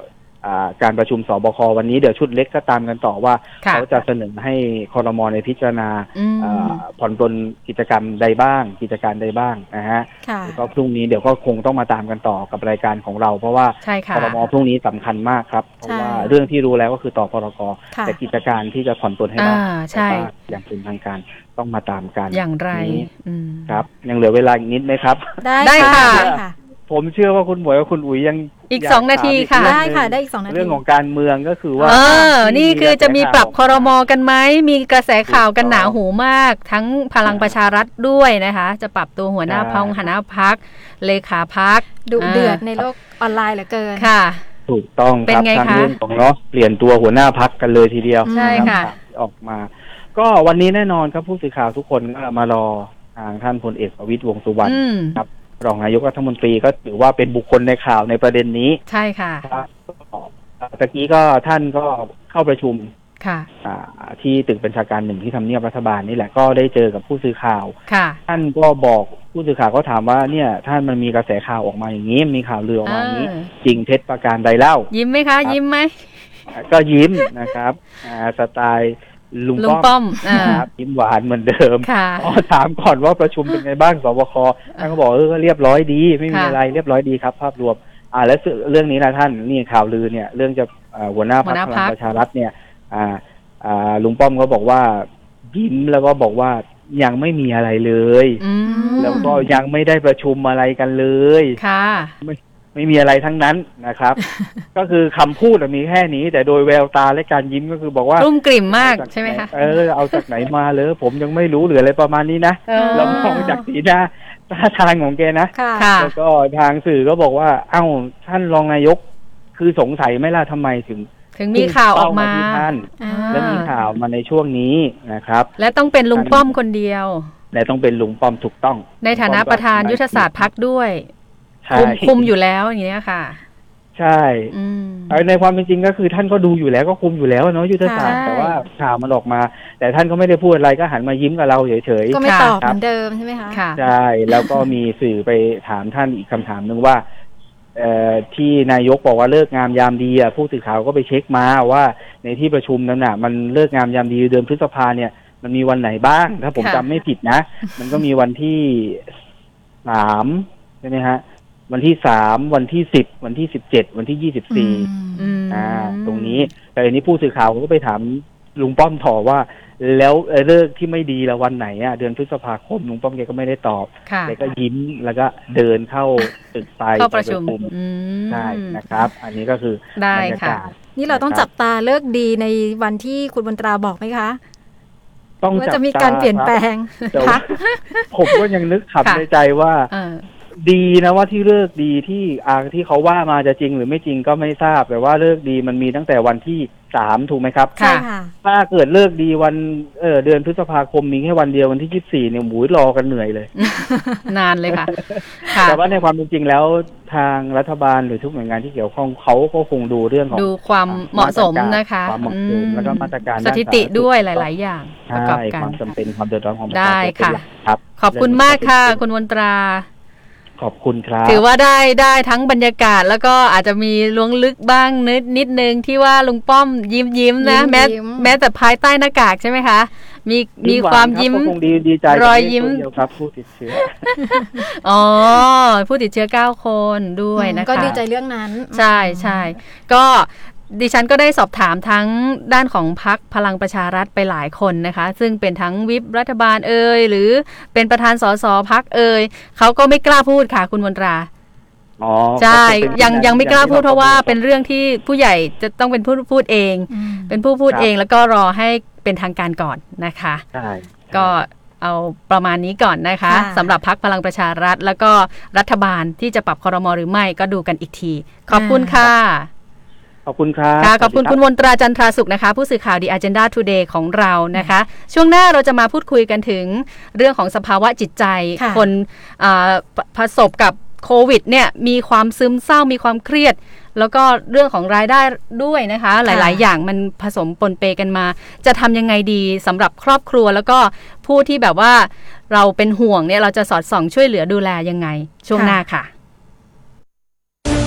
การประชุมสบควันนี้เดี๋ยวชุดเล็กก็ตามกันต่อว่าเขาจะเสนอให้ครม.ในพิจารณาผ่อนปลนกิจกรรมใดบ้างกิจการใดบ้างนะฮะแล้วก็พรุ่งนี้เดี๋ยวก็คงต้องมาตามกันต่อกับรายการของเราเพราะว่าครม.พรุ่งนี้สำคัญมากครับเพราะว่าเรื่องที่รู้แล้วก็คือต่อพรก.แต่กิจการที่จะผ่อนปลนให้ได้อย่างเป็นทางการต้องมาตามกันอย่างไรครับยังเหลือเวลาอีกนิดไหมครับได้ค่ะผมเชื่อว่าคุณหมวยกับคุณอุ๋ยยังอีกสองนาทีค่ะได้ค่ะได้อีกสองนาทีเรื่องของการเมืองก็คือว่าเออนี่คือจะมีปรับครม.กันไหมมีกระแสข่าวกันหนาหูมากทั้งพลังประชารัฐด้วยนะคะจะปรับตัวหัวหน้าพรรคหัวหน้าพรรคเลขาพรรคดุเดือดในโลกออนไลน์เหลือเกินค่ะถูกต้องครับทางเรื่องของเนาะเปลี่ยนตัวหัวหน้าพรรคกันเลยทีเดียวใช่ค่ะออกมาก็วันนี้แน่นอนครับผู้สื่อข่าวทุกคนก็มารอทางท่านพลเอกประวิตรวงษ์สุวรรณครับรองนายกรัฐมนตรีก็ถือว่าเป็นบุคคลในข่าวในประเด็นนี้ใช่ค่ะตะกี้ก็ท่านก็เข้าประชุมค่ะที่ตึกบัญชาการหนึ่งที่ทำเนียบรัฐบาลนี่แหละก็ได้เจอกับผู้สื่อข่าวท่านก็บอกผู้สื่อข่าวก็ถามว่าเนี่ยท่านมันมีกระแสข่าวออกมาอย่างนี้มีข่าวลือออกมาอย่างนี้จริงเท็จประการใดเล่ายิ้มไหมคะยิ้มไหมก็ยิ้มนะครับสไตล์ลุงป้อมนะครับยิ้มหวานเหมือนเดิมอ๋อถามก่อนว่าประชุมเป็นไงบ้างสบคท่านก็บอกเออก็เรียบร้อยดีไม่มีอะไรเรียบร้อยดีครับภาพรวมอ่าแล้วเรื่องนี้นะท่านนี่ข่าวลือเนี่ยเรื่องจะหัวหน้าพรรคพลังประชารัฐเนี่ยอ่าอ่าลุงป้อมก็บอกว่ายิ้มแล้วก็บอกว่ายังไม่มีอะไรเลยแล้วก็ยังไม่ได้ประชุมอะไรกันเลยค่ะไม่ไม่มีอะไรทั้งนั้นนะครับ ก็คือคำพูดมีแค่นี้แต่โดยแววตาและการยิ้มก็คือบอกว่ารุ่มกลิ่มมากใช่ไหมคะเออเอาจากไหนมาเลยผมยังไม่รู้หรืออะไรประมาณนี้นะเรามองจากสีหน้าท่าทางของแกนะแล้วก็ทางสื่อก็บอกว่าเอ้าท่านรองนายกคือสงสัยไหมล่ะทำไมถึงถึงมีข่าวออกมาท่านและมีข่าวมาในช่วงนี้นะครับและต้องเป็นลุงป้อมคนเดียวและต้องเป็นลุงป้อมถูกต้องในฐานะประธานยุทธศาสตร์พรรคด้วยคุมคุมอยู่แล้วอย่างนี้ค่ะใช่ในความเป็นจริงก็คือท่านก็ดูอยู่แล้วก็คุมอยู่แล้วเนาะยุทธศาสตร์แต่ว่าข่าวมันออกมาแต่ท่านก็ไม่ได้พูดอะไรก็หันมายิ้มกับเราเฉยๆก็ไม่ตอบเหมือนเดิมใช่ไหมคะใช่แล้วก็มีสื่อไปถามท่านอีกคำถามนึงว่าที่นายกบอกว่าเลิกงามยามดีอ่ะผู้สื่อข่าวก็ไปเช็คมาว่าในที่ประชุมนั้นน่ะมันเลิกงามยามดีเดือนพฤษภาเนี่ยมันมีวันไหนบ้างถ้าผมจำไม่ผิดนะมันก็มีวันที่สามใช่ไหมฮะวันที่สามวันที่สิบวันที่สิบเจ็ดวันที่ยี่สิบสี่อ่าตรงนี้แต่อันนี้ผู้สื่อข่าวก็ไปถามลุงป้อมถอว่าแล้วเลิกที่ไม่ดีละวันไหนอ่ะเดือนพฤษภาคมลุงป้อมแกก็ไม่ได้ตอบแกก็ยิ้มแล้วก็เดินเข้าตึกไปเข้าประชุมใช่นะครับอันนี้ก็คือบรรยากาศนี่เราต้องจับตาเลิกดีในวันที่คุณบรรตราบอกไหมคะต้องว่าจะมีการเปลี่ยนแปลงค่ะผมก็ยังนึกขับในใจว่าดีนะว่าที่เลิกดีที่อาที่เขาว่ามาจะจริงหรือไม่จริงก็ไม่ทราบแต่ว่าเลิกดีมันมีตั้งแต่วันที่สามถูกไหมครับใช่ค่ะถ้าเกิดเลิกดีวันเออเดือนพฤษภาคมมีแค่วันเดียววันที่ยี่สิบสี่เนี่ยหมูรอกันเหนื่อยเลยนานเลยค่ะแต่ว่าในความเป็นจริงแล้วทางรัฐบาลหรือทุกหน่วยงานที่เกี่ยวข้องเขาก็คงดูเรื่องของดูความเหมาะสมนะคะความเหมาะสมแล้วก็มาตรการสถิติด้วยหลายๆอย่างประกอบกันความจำเป็นความเดือดร้อนของประชาชนได้ค่ะขอบคุณมากค่ะคุณมนตราขอบคุณครับถือว่าได้ได้ทั้งบรรยากาศแล้วก็อาจจะมีล้วงลึกบ้างนิดนิดนึงที่ว่าลุงป้อมยิ้มยิ้มนะแม้แม้แต่ภายใต้หน้ากากใช่ไหมคะมีมีความยิ้มรอยยิ้มครับผู้ติดเชื้ออ๋อผู้ติดเชื้อเก้าคนด้วยนะคะก็ดีใจเรื่องนั้นใช่ใช่ก็ดิฉันก็ได้สอบถามทั้งด้านของพรรคพลังประชารัฐไปหลายคนนะคะซึ่งเป็นทั้งวิปรัฐบาลเอ่ยหรือเป็นประธานสสพรรคเอ่ยเขาก็ไม่กล้าพูดค่ะคุณมนตราอ๋อใช่ยังยังไม่กล้าพูดเพราะว่าเป็นเรื่องที่ผู้ใหญ่จะต้องเป็นผู้พูดเองเป็นผู้พูดเองแล้วก็รอให้เป็นทางการก่อนนะคะใช่ก็เอาประมาณนี้ก่อนนะคะสำหรับพรรคพลังประชารัฐแล้วก็รัฐบาลที่จะปรับครม.หรือไม่ก็ดูกันอีกทีขอบคุณค่ะขอบคุณครับค่ะขอบคุณคุณมนตราจันทราสุขนะคะผู้สื่อข่าว The Agenda Today ของเรานะคะช่วงหน้าเราจะมาพูดคุยกันถึงเรื่องของสภาวะจิตใจคนประสบกับโควิดเนี่ยมีความซึมเศร้ามีความเครียดแล้วก็เรื่องของรายได้ด้วยนะคะหลายๆอย่างมันผสมปนเปกันมาจะทำยังไงดีสำหรับครอบครัวแล้วก็ผู้ที่แบบว่าเราเป็นห่วงเนี่ยเราจะสอดส่องช่วยเหลือดูแลยังไงช่วงหน้าค่ะ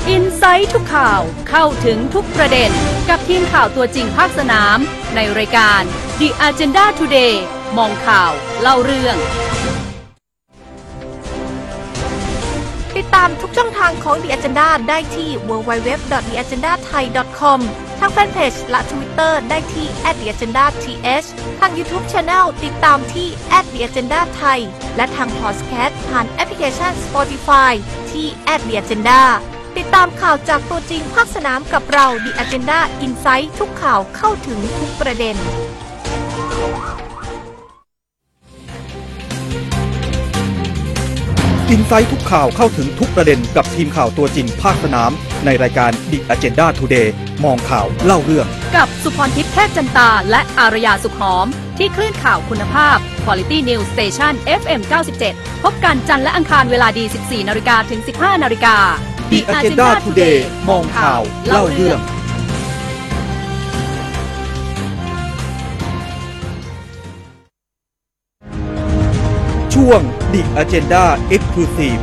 อินไซต์ทุกข่าวเข้าถึงทุกประเด็นกับทีมข่าวตัวจริงภาคสนามในรายการ The Agenda Today มองข่าวเล่าเรื่องติดตามทุกช่องทางของ The Agenda ได้ที่ ดับเบิลยู ดับเบิลยู ดับเบิลยู ดอท ดี อาเจนดา ไทย ดอท คอม ทางแฟนเพจและ Twitter ได้ที่ แอท ดี อาเจนดา ที เอช ทาง YouTube Channel ติดตามที่ แอท ดี อาเจนดา ไทย และทาง Podcast ผ่านแอปพลิเคชัน Spotify ที่ แอท ดี อาเจนดา ติดตามข่าวจากตัวจริงภาคสนามกับเรา The Agenda Insight ทุกข่าวเข้าถึงทุกประเด็นอินไซต์ทุกข่าวเข้าถึงทุกประเด็นกับทีมข่าวตัวจริงภาคสนามในรายการ The Agenda Today มองข่าวเล่าเรื่องกับสุพรทิพย์เทพจันตาและอารยาสุขหอมที่คลื่นข่าวคุณภาพ Quality News Station เอฟ เอ็ม เก้าสิบเจ็ด พบกันจันทร์และอังคารเวลาดี สิบสี่นาฬิกาถึง สิบห้านาฬิกา The Agenda Today มองข่าวเล่าเรื่องช่วง The Agenda Exclusive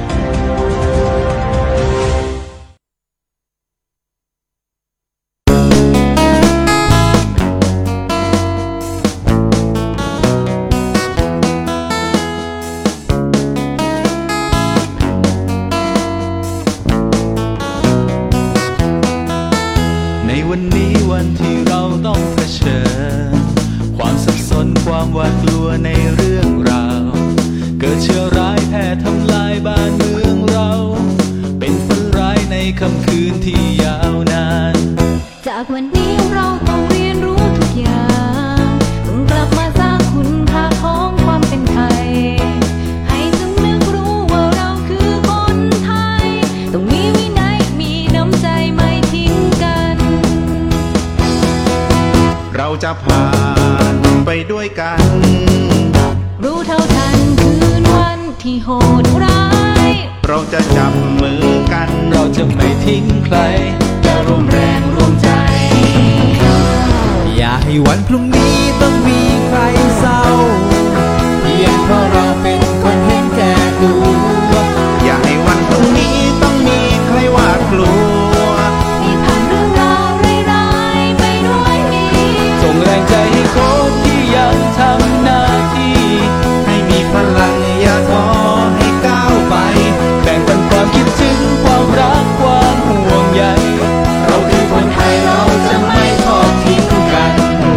ในวันนี้วันที่เราต้องเผชิญความสับสนความหวาดกลัวในเรื่องราวเกิดเชื้อร้ายแพร่ทำลายบ้านเมืองเราเป็นฝันร้ายในค่ำคืนที่ยาวนานจากวันนี้เราต้องเรียนรู้ทุกอย่างต้องกลับมาสร้างคุณค่าของความเป็นไทยให้สำนึกรู้ว่าเราคือคนไทยต้องมีวินัยมีน้ำใจไม่ทิ้งกันเราจะผ่านไปด้วยกันรู้เท่าทันคืนวันที่โหดร้ายเราจะจับมือกันเราจะไม่ทิ้งใครจะร่วมแรงร่วมใจอย่าให้วันพรุ่งนี้ต้องมีใครเศร้าเพียงเพราะเราเป็นคนเห็นแก่ตัวอย่าให้วันพรุ่งนี้ต้องมีใครหวาดกลัวที่ผ่านเรื่องราวร้ายๆไปด้วยดีส่งแรงใจให้คนที่ยังทำหน้าที่ให้มีพลังอย่าท้อให้ก้าวไปแบ่งปันความคิดถึงความรักความห่วงใยเราคือคนไทยเราจะไม่ทอดทิ้งกัน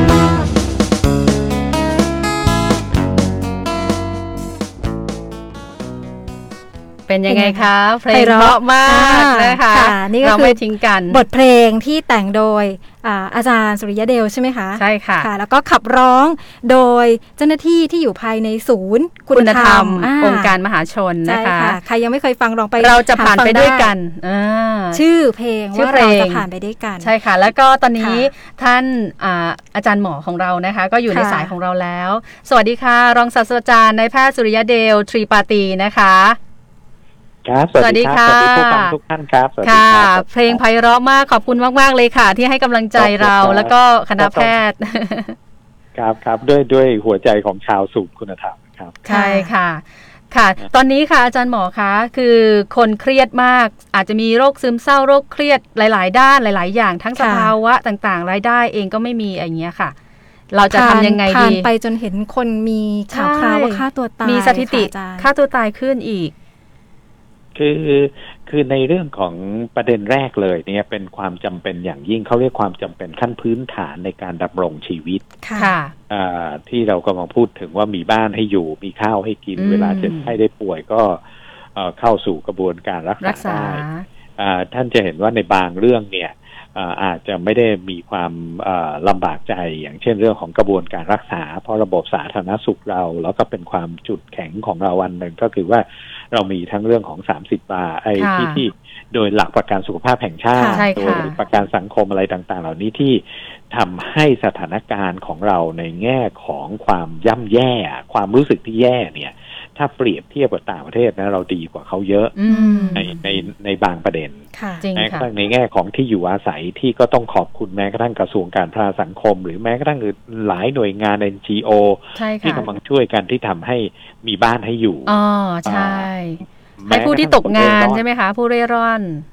เป็นยังไงคะเพลงเพราะมากนะคะนี่ก็คือไม่ทิ้งกันบทเพลงที่แต่งโดยอาจารย์สุริยเดลใช่ไหมคะใช่ค่ะแล้วก็ขับร้องโดยเจ้าหน้าที่ที่อยู่ภายในศูนย์คุณธรรมองค์การมหาชนนะคะใครยังไม่เคยฟังลองไปเราจะผ่านไปด้วยกันชื่อเพลงว่าเราจะผ่านไปด้วยกันใช่ค่ะแล้วก็ตอนนี้ท่านอาจารย์หมอของเรานะคะก็อยู่ในสายของเราแล้วสวัสดีค่ะรองศาสตราจารย์นายแพทย์สุริยเดลทรีปาตีนะคะครับสวัสดีครับสวัสดีผู้ฟังทุกท่านครับสวัสดีครับเพลงไพเราะมากขอบคุณมากๆเลยค่ะที่ให้กำลังใจเราแล้วก็คณะแพทย์ครับครับด้วยด้วยหัวใจของชาวสูตรคุณธรรมครับใช่ค่ะค่ะตอนนี้ค่ะอาจารย์หมอคะคือคนเครียดมากอาจจะมีโรคซึมเศร้าโรคเครียดหลายๆด้านหลายๆอย่างทั้งสภาวะต่างๆรายได้เองก็ไม่มีอย่างเงี้ยค่ะเราจะทำยังไงดีผ่านไปจนเห็นคนมีข่าวคราวว่าฆ่าตัวตายมีสถิติฆ่าตัวตายขึ้นอีกคือคือในเรื่องของประเด็นแรกเลยเนี่ยเป็นความจำเป็นอย่างยิ่งเขาเรียกความจำเป็นขั้นพื้นฐานในการดำรงชีวิตค่ะที่เรากำลังพูดถึงว่ามีบ้านให้อยู่มีข้าวให้กินเวลาเจ็บไข้ได้ป่วยก็เข้าสู่กระบวนการรักษาได้ท่านจะเห็นว่าในบางเรื่องเนี่ยอาจจะไม่ได้มีความลำบากใจอย่างเช่นเรื่องของกระบวนการรักษาเพราะระบบสาธารณสุขเราแล้วก็เป็นความจุดแข็งของเราวันหนึ่งก็คือว่าเรามีทั้งเรื่องของสามสิบบาทไอ้ที่ที่โดยหลักประกันสุขภาพแห่งชาติโดยประกันสังคมอะไรต่างๆเหล่านี้ที่ทำให้สถานการณ์ของเราในแง่ของความย่ำแย่ความรู้สึกที่แย่เนี่ยถ้าเปรียบเทียบกับต่างประเทศนะเราดีกว่าเขาเยอะในในในบางประเด็นแม้กระทั่งในแง่ของที่อยู่อาศัยที่ก็ต้องขอบคุณแม้กระทั่งกระทรวงการพัฒนาสังคมหรือแม้กระทั่งหลายหน่วยงาน เอ็น จี โอ ที่กำลังช่วยกันที่ทำให้มีบ้านให้อยู่อ๋อใช่ให้ผู้ที่ตกงานใช่ไหมคะผู้เร่ร่อน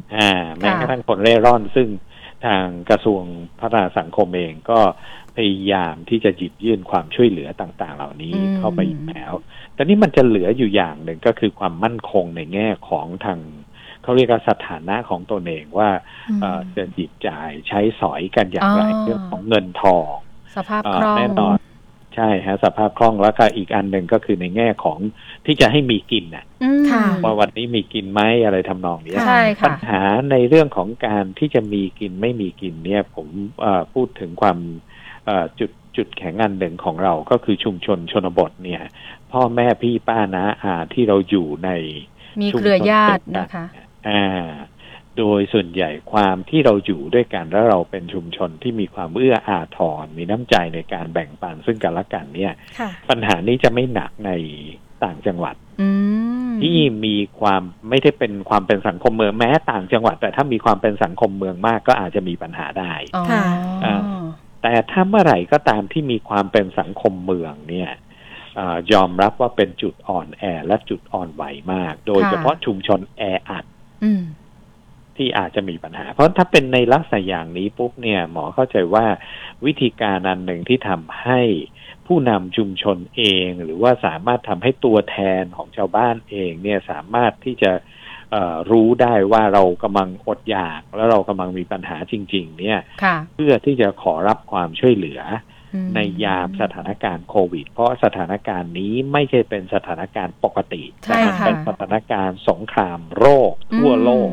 อ่าแม้กระทั่งคนเร่ร่อนซึ่งทางกระทรวงพัฒนาสังคมเองก็พยายามที่จะหยิบยื่นความช่วยเหลือต่างๆเหล่านี้เข้าไปอยู่แล้วแต่นี่มันจะเหลืออยู่อย่างหนึ่งก็คือความมั่นคงในแง่ของทางเขาเรียกว่าสถานะของตนเองว่าจะหยิบจ่ายใช้สอยกันอย่างไรเรื่องของเงินทองสภาพคล่องแน่นอนใช่ฮะสภาพคล่องแล้วก็อีกอันหนึ่งก็คือในแง่ของที่จะให้มีกินน่ะว่าวันนี้มีกินไหมอะไรทำนองนี้ปัญหาในเรื่องของการที่จะมีกินไม่มีกินเนี่ยผมพูดถึงความจุดจุดแข็งอันหนึ่งของเราก็คือชุมชนชนบทเนี่ยพ่อแม่พี่ป้าน้าอาที่เราอยู่ในมีเครือญาตินะคะอ่าโดยส่วนใหญ่ความที่เราอยู่ด้วยกันแล้วเราเป็นชุมชนที่มีความเอื้ออาทรมีน้ำใจในการแบ่งปันซึ่งกันและกันเนี่ยปัญหานี้จะไม่หนักในต่างจังหวัดที่มีความไม่ได้เป็นความเป็นสังคมเมืองแม้ต่างจังหวัดแต่ถ้ามีความเป็นสังคมเมืองมากก็อาจจะมีปัญหาได้แต่ถ้าเมื่อไหร่ก็ตามที่มีความเป็นสังคมเมืองเนี่ยยอมรับว่าเป็นจุดอ่อนแอและจุดอ่อนไหวมากโดยเฉพาะชุมชนแออัดที่อาจจะมีปัญหาเพราะถ้าเป็นในลักษณะอย่างนี้ปุ๊บเนี่ยหมอเข้าใจว่าวิธีการอันหนึ่งที่ทำให้ผู้นำชุมชนเองหรือว่าสามารถทำให้ตัวแทนของชาวบ้านเองเนี่ยสามารถที่จะรู้ได้ว่าเรากำลังอดอยากแล้วเรากำลังมีปัญหาจริงๆเนี่ยเพื่อที่จะขอรับความช่วยเหลือในยามสถานการณ์โควิดเพราะสถานการณ์นี้ไม่ใช่เป็นสถานการณ์ปกติแต่มันเป็นสถานการณ์สงครามโรคทั่วโลก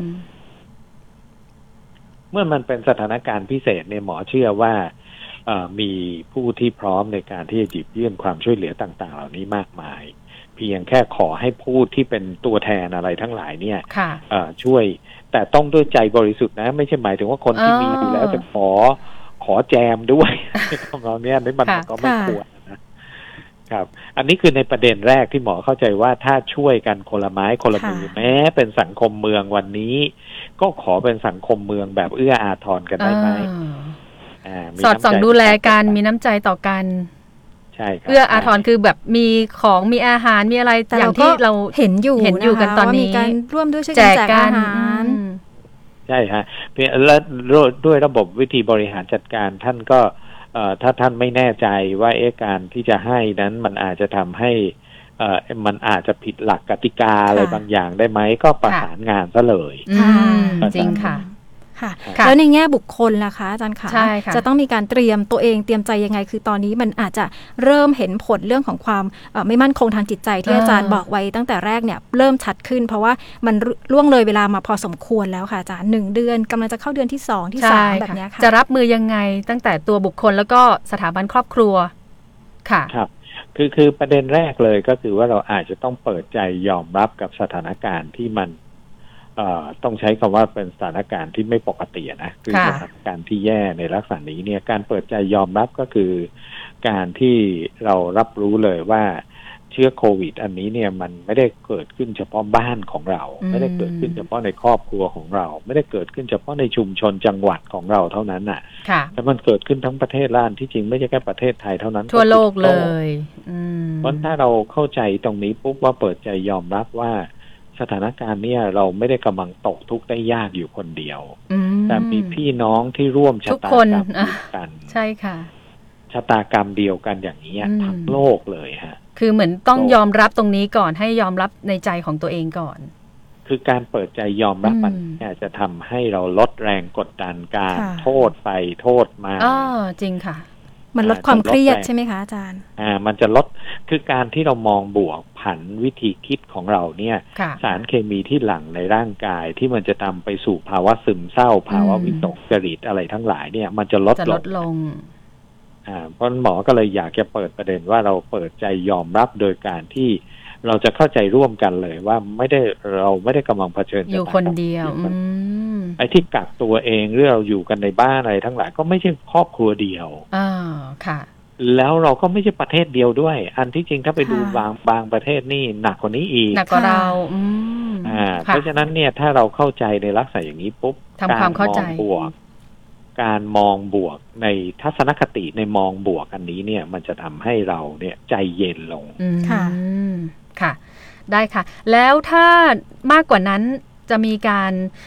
เมื่อมันเป็นสถานการณ์พิเศษเนี่ยหมอเชื่อว่ามีผู้ที่พร้อมในการที่จะหยิบยื่นความช่วยเหลือต่างๆเหล่านี้มากมายเพียงแค่ขอให้ผู้ที่เป็นตัวแทนอะไรทั้งหลายเนี่ยช่วยแต่ต้องด้วยใจบริสุทธิ์นะไม่ใช่หมายถึงว่าคนที่มีอยู่แล้วจะขอขอแจมด้วยทำนองนี้นี่มันก็ไม่ควรนะครับอันนี้คือในประเด็นแรกที่หมอเข้าใจว่าถ้าช่วยกันคนละไม้คนละมือแม้เป็นสังคมเมืองวันนี้ก็ขอเป็นสังคมเมืองแบบเอื้ออาทรกันได้ไหมสอดส่องดูแลกันมีน้ำใจต่อกันใช่ครับเอื้ออาทรคือแบบมีของมีอาหารมีอะไรอย่างที่เราเห็นอยู่เห็นอยู่กันตอนนี้มีการร่วมด้วยช่วยกันแจกอาหารใช่ฮะและด้วยระบบวิธีบริหารจัดการท่านก็ถ้าท่านไม่แน่ใจว่าเอ๊ะการที่จะให้นั้นมันอาจจะทำให้มันอาจจะผิดหลักกติกาอะไรบางอย่างได้ไหมก็ประสานงานซะเลยจริงค่ะค่ะแล้วในแง่บุคคลล่ะคะอาจารย์คะจะต้องมีการเตรียมตัวเองเตรียมใจยังไงคือตอนนี้มันอาจจะเริ่มเห็นผลเรื่องของความไม่มั่นคงทางจิตใจที่อาจารย์บอกไว้ตั้งแต่แรกเนี่ยเริ่มชัดขึ้นเพราะว่ามันล่วงเลยเวลามาพอสมควรแล้วค่ะอาจารย์หนึ่งเดือนกำลังจะเข้าเดือนที่สองที่สามแบบนี้ค่ะจะรับมือยังไงตั้งแต่ตัวบุคคลแล้วก็สถาบันครอบครัวค่ะครับคือคือประเด็นแรกเลยก็คือว่าเราอาจจะต้องเปิดใจยอมรับกับสถานการณ์ที่มันต้องใช้คำว่าเป็นสถานการณ์ที่ไม่ปกตินะคือสถานการณ์ที่แย่ในลักษณะนี้เนี่ยการเปิดใจยอมรับก็คือการที่เรารับรู้เลยว่าเชื้อโควิดอันนี้เนี่ยมันไม่ได้เกิดขึ้นเฉพาะบ้านของเราไม่ได้เกิดขึ้นเฉพาะในครอบครัวของเราไม่ได้เกิดขึ้นเฉพาะในชุมชนจังหวัดของเราเท่านั้นน่ะแต่มันเกิดขึ้นทั้งประเทศล้านที่จริงไม่ใช่แค่ประเทศไทยเท่านั้นทั่วโลกเลยเพราะถ้าเราเข้าใจตรงนี้ปุ๊บว่าเปิดใจยอมรับว่าสถานการณ์เนี่ยเราไม่ได้กำลังตกทุกข์ได้ยากอยู่คนเดียวแต่มีพี่น้องที่ร่วมชะตากรรมกันใช่ค่ะชะตากรรมเดียวกันอย่างนี้ทั้งโลกเลยฮะคือเหมือนต้องยอมรับตรงนี้ก่อนให้ยอมรับในใจของตัวเองก่อนคือการเปิดใจยอมรับมันเนี่ยจะทำให้เราลดแรงกดดันการโทษไปโทษมาอ๋อจริงค่ะมันลดความเครียดใช่ไหมคะอาจารย์อ่ามันจะลดคือการที่เรามองบวกผันวิธีคิดของเราเนี่ยสารเคมีที่หลั่งในร่างกายที่มันจะนำไปสู่ภาวะซึมเศร้าภาวะวิตกจริตอะไรทั้งหลายเนี่ยมันจะลดลดลงอ่าเพราะหมอก็เลยอยากจะเปิดประเด็นว่าเราเปิดใจยอมรับโดยการที่เราจะเข้าใจร่วมกันเลยว่าไม่ได้เราไม่ได้กำลังเผชิญอยู่คนเดียวไอ้ที่กักตัวเองหรือเราอยู่กันในบ้านอะไรทั้งหลายก็ไม่ใช่ครอบครัวเดียวอ่าค่ะแล้วเราก็ไม่ใช่ประเทศเดียวด้วยอันที่จริงถ้าไปดูบางบางประเทศนี่หนักกว่านี้อีกหนักกว่าเราอ่าเพราะฉะนั้นเนี่ยถ้าเราเข้าใจในลักษณะอย่างนี้ปุ๊บการมองบวกการมองบวกในทัศนคติในมองบวกอันนี้เนี่ยมันจะทำให้เราเนี่ยใจเย็นลงค่ะค่ะได้ค่ะแล้วถ้ามากกว่านั้นจะมีการ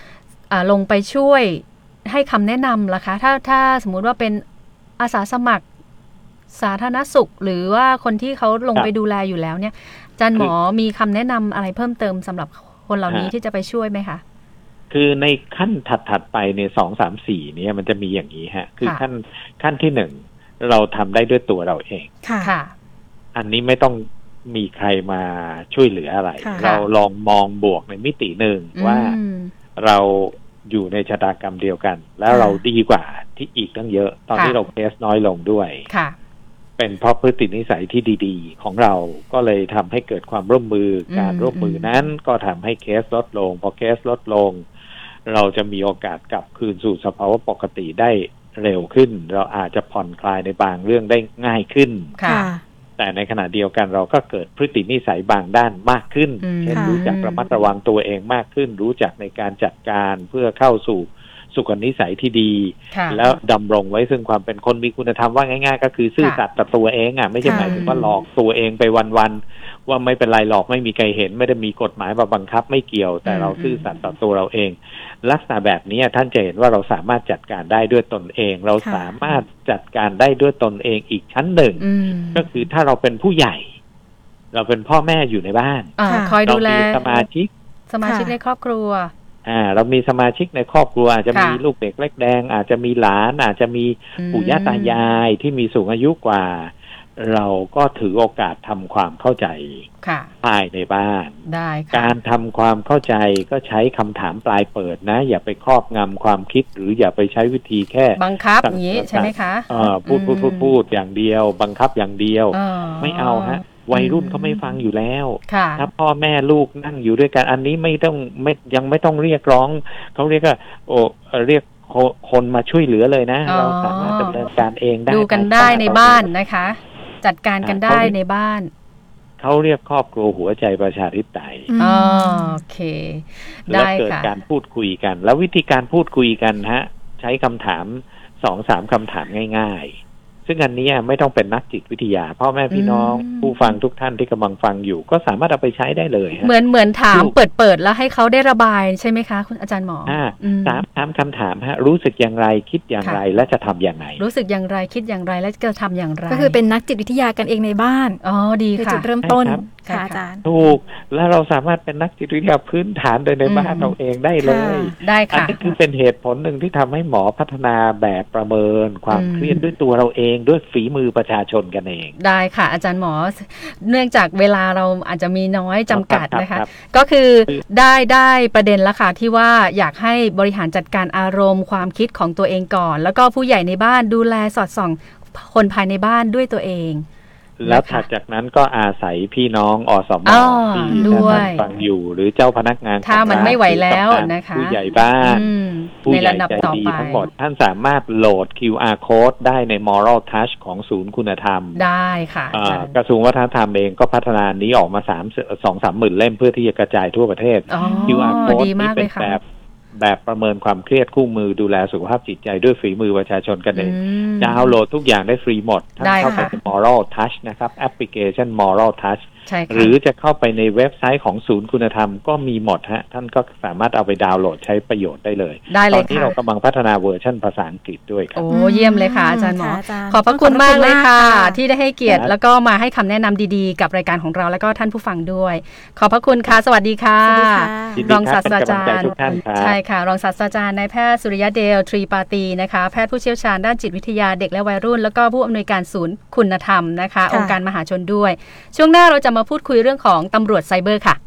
ลงไปช่วยให้คำแนะนำล่ะคะถ้าถ้าสมมุติว่าเป็นอาสาสมัครสาธารณสุขหรือว่าคนที่เขาลงไปดูแลอยู่แล้วเนี่ยอาจารย์หมอมีคำแนะนำอะไรเพิ่มเติมสำหรับคนเหล่านี้ที่จะไปช่วยไหมคะคือในขั้นถัดๆไปในสองสามสี่เนี่ยมันจะมีอย่างนี้ฮะคือขั้นขั้นที่หนึ่งเราทำได้ด้วยตัวเราเองค่ะอันนี้ไม่ต้องมีใครมาช่วยเหลืออะไรเราลองมองบวกในมิติหนึ่งว่าเราอยู่ในชะตากรรมเดียวกันแล้วเราดีกว่าที่อีกตั้งเยอะตอนที่เราเคสน้อยลงด้วยเป็นเพราะพฤตินิสัยที่ดีๆของเราก็เลยทำให้เกิดความร่วมมือการร่วมมือนั้นก็ทำให้เคสลดลงพอเคสลดลงเราจะมีโอกาสกลับคืนสู่สภาวะปกติได้เร็วขึ้นเราอาจจะผ่อนคลายในบางเรื่องได้ง่ายขึ้นแต่ในขณะเดียวกันเราก็เกิดพฤตินิสัยบางด้านมากขึ้นเช่นรู้จักระมัดระวังตัวเองมากขึ้นรู้จักในการจัดการเพื่อเข้าสู่สุขนิสัยที่ดีแล้วดำรงไว้ซึ่งความเป็นคนมีคุณธรรมว่าง่ายๆก็คือซื่อสัตย์ต่อตัวเองอ่ะไม่ใช่หมายถึงว่าหลอกตัวเองไปวันๆว่าไม่เป็นไรหรอกไม่มีใครเห็นไม่ได้มีกฎหมายมาบังคับไม่เกี่ยวแต่เราซื่อสัตย์ต่อตัวเราเองลักษณะแบบนี้ท่านจะเห็นว่าเราสามารถจัดการได้ด้วยตนเองเราสามารถจัดการได้ด้วยตนเองอีกชั้นหนึ่งก็คือถ้าเราเป็นผู้ใหญ่เราเป็นพ่อแม่อยู่ในบ้านคอยดูแลสมาชิกสมาชิกในครอบครัวอ่าเรามีสมาชิกในครอบครัวอาจจะมีลูกเด็กเล็กแดงอาจจะมีหลานอาจจะมีปู่ย่าตายายที่มีสูงอายุกว่าเราก็ถือโอกาสทำความเข้าใจภายในบ้านได้การทำความเข้าใจก็ใช้คำถามปลายเปิดนะอย่าไปครอบงำความคิดหรืออย่าไปใช้วิธีแค่บังคับอย่างนี้ใช่ไหมคะพูดพูดพูดพูดอย่างเดียวบังคับอย่างเดียวไม่เอาฮะวัยรุ่นเขาไม่ฟังอยู่แล้วถ้าพ่อแม่ลูกนั่งอยู่ด้วยกันอันนี้ไม่ต้องไม่ยังไม่ต้องเรียกร้องเขาเรียกว่าโอ้เรียกคนมาช่วยเหลือเลยนะเราสามารถดำเนินการเองได้ดูกันได้ในบ้านนะคะจัดการกันได้ในบ้านเขาเรียกครอบครัวหัวใจประชาธิปไตยอ๋อโอเคได้ค่ะแล้วเกิดการพูดคุยกันแล้ววิธีการพูดคุยกันฮะใช้คำถามสองสามคำถามง่ายๆซึ่งอันนี้ไม่ต้องเป็นนักจิตวิทยาพ่อแม่พี่น้องผู้ฟังทุกท่านที่กำลังฟังอยู่ก็สามารถเอาไปใช้ได้เลยเหมือนเหมือนถามเปิดเปิดแล้วให้เขาได้ระบายใช่ไหมคะคุณอาจารย์หมออ่าถามถามคำถามฮะรู้สึกอย่างไรคิดอย่างไรและจะทำอย่างไรรู้สึกอย่างไรคิดอย่างไรและจะทำอย่างไรก็คือเป็นนักจิตวิทยากันเองในบ้านอ๋อดีค่ะจุดเริ่มต้นค่ะอาจารย์ถูกและเราสามารถเป็นนักจิตวิทยาพื้นฐานโดยในบ้านเราเองได้เลยได้ค่ะอันนี้คือเป็นเหตุผลหนึ่งที่ทำให้หมอพัฒนาแบบประเมินความเครียดด้วยตัวเราเองด้วยฝีมือประชาชนกันเองได้ค่ะอาจารย์หมอเนื่องจากเวลาเราอาจจะมีน้อยจำกัดนะคะก็คือได้ได้ประเด็นแล้วค่ะที่ว่าอยากให้บริหารจัดการอารมณ์ความคิดของตัวเองก่อนแล้วก็ผู้ใหญ่ในบ้านดูแลสอดส่องคนภายในบ้านด้วยตัวเองแล้วถัดจากนั้นก็อาศัยพี่น้องอสมที่ท่านฟังอยู่หรือเจ้าพนักงานถ้ามันไม่ไหวแล้วนะคะผู้ใหญ่บ้านผู้ใหญ่ใจดีทั้งหมดท่านสามารถโหลด คิว อาร์ Code ได้ใน Moral Touch ของศูนย์คุณธรรมได้ค่ะกระทรวงวัฒนธรรมเองก็พัฒนานี้ออกมาสาม สองสามหมื่นเล่มเพื่อที่จะกระจายทั่วประเทศ คิว อาร์ Code นี้เป็นแบบแบบประเมินความเครียดคู่มือดูแลสุขภาพจิตใจด้วยฝีมือประชาชนกันเองดาวน์โหลดทุกอย่างได้ฟรีหมดท่านเข้าไปใน Moral Touch นะครับแอปพลิเคชัน Moral Touch หรือจะเข้าไปในเว็บไซต์ของศูนย์คุณธรรมก็มีหมดฮะท่านก็สามารถเอาไปดาวน์โหลดใช้ประโยชน์ได้เลยตอนนี้เรากำลังพัฒนาเวอร์ชันภาษาอังกฤษด้วยครับโอ้เยี่ยมเลยค่ะอาจารย์หมอขอบพระคุณมากเลยค่ะที่ได้ให้เกียรติแล้วก็มาให้คำแนะนำดีๆกับรายการของเราแล้วก็ท่านผู้ฟังด้วยขอบพระคุณค่ะสวัสดีค่ะรองศาสตราจารย์ใช่ค่ะรองศาสตราจารย์นายแพทย์สุริยะเดลทรีปาตีนะคะแพทย์ผู้เชี่ยวชาญด้านจิตวิทยาเด็กและวัยรุ่นแล้วก็ผู้อำนวยการศูนย์คุณธรรมนะคะองค์การมหาชนด้วยช่วงหน้าเราจะมาพูดคุยเรื่องของตำรวจไซเบอร์ค่ะ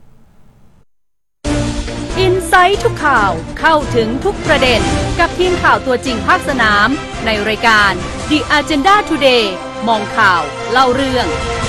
อินไซต์ทุกข่าวเข้าถึงทุกประเด็นกับทีมข่าวตัวจริงภาคสนามในรายการ The Agenda Today มองข่าวเล่าเรื่อง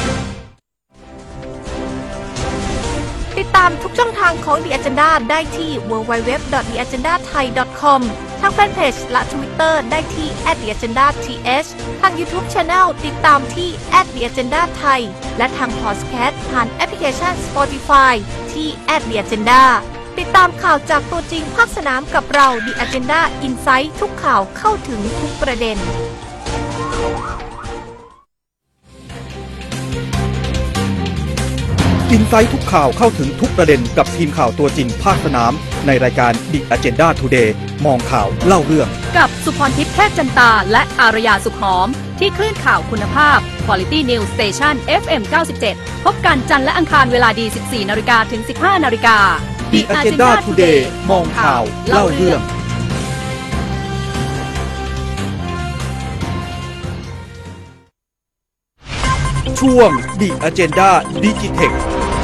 ติดตามทุกช่องทางของ The Agenda ได้ที่ ดับเบิลยู ดับเบิลยู ดับเบิลยู ดอท เดอะ แอเจนดา ไทย ดอท คอม ทางแฟนเพจและ Twitter ได้ที่ แอท เดอะ แอเจนดา ที เอช ทาง YouTube Channel ติดตามที่ แอท เดอะ แอเจนดา ไทย และทาง Podcast ผ่านแอปพลิเคชัน Spotify ที่ แอท เดอะ แอเจนดา ติดตามข่าวจากตัวจริงภาคสนามกับเรา The Agenda Insight ทุกข่าวเข้าถึงทุกประเด็นอินไซต์ทุกข่าวเข้าถึงทุกประเด็นกับทีมข่าวตัวจริงภาคสนามในรายการ The Agenda Today มองข่าวเล่าเรื่องกับสุพรทิพย์เทพจันตาและอารยาสุขหอมที่คลื่นข่าวคุณภาพ Quality News Station เอฟ เอ็ม เก้าสิบเจ็ด พบกันจันทร์และอังคารเวลาดี สิบสี่นาฬิกาถึง สิบห้านาฬิกา The Agenda Today มองข่าวเล่าเรื่องช่วง The Agenda Digitech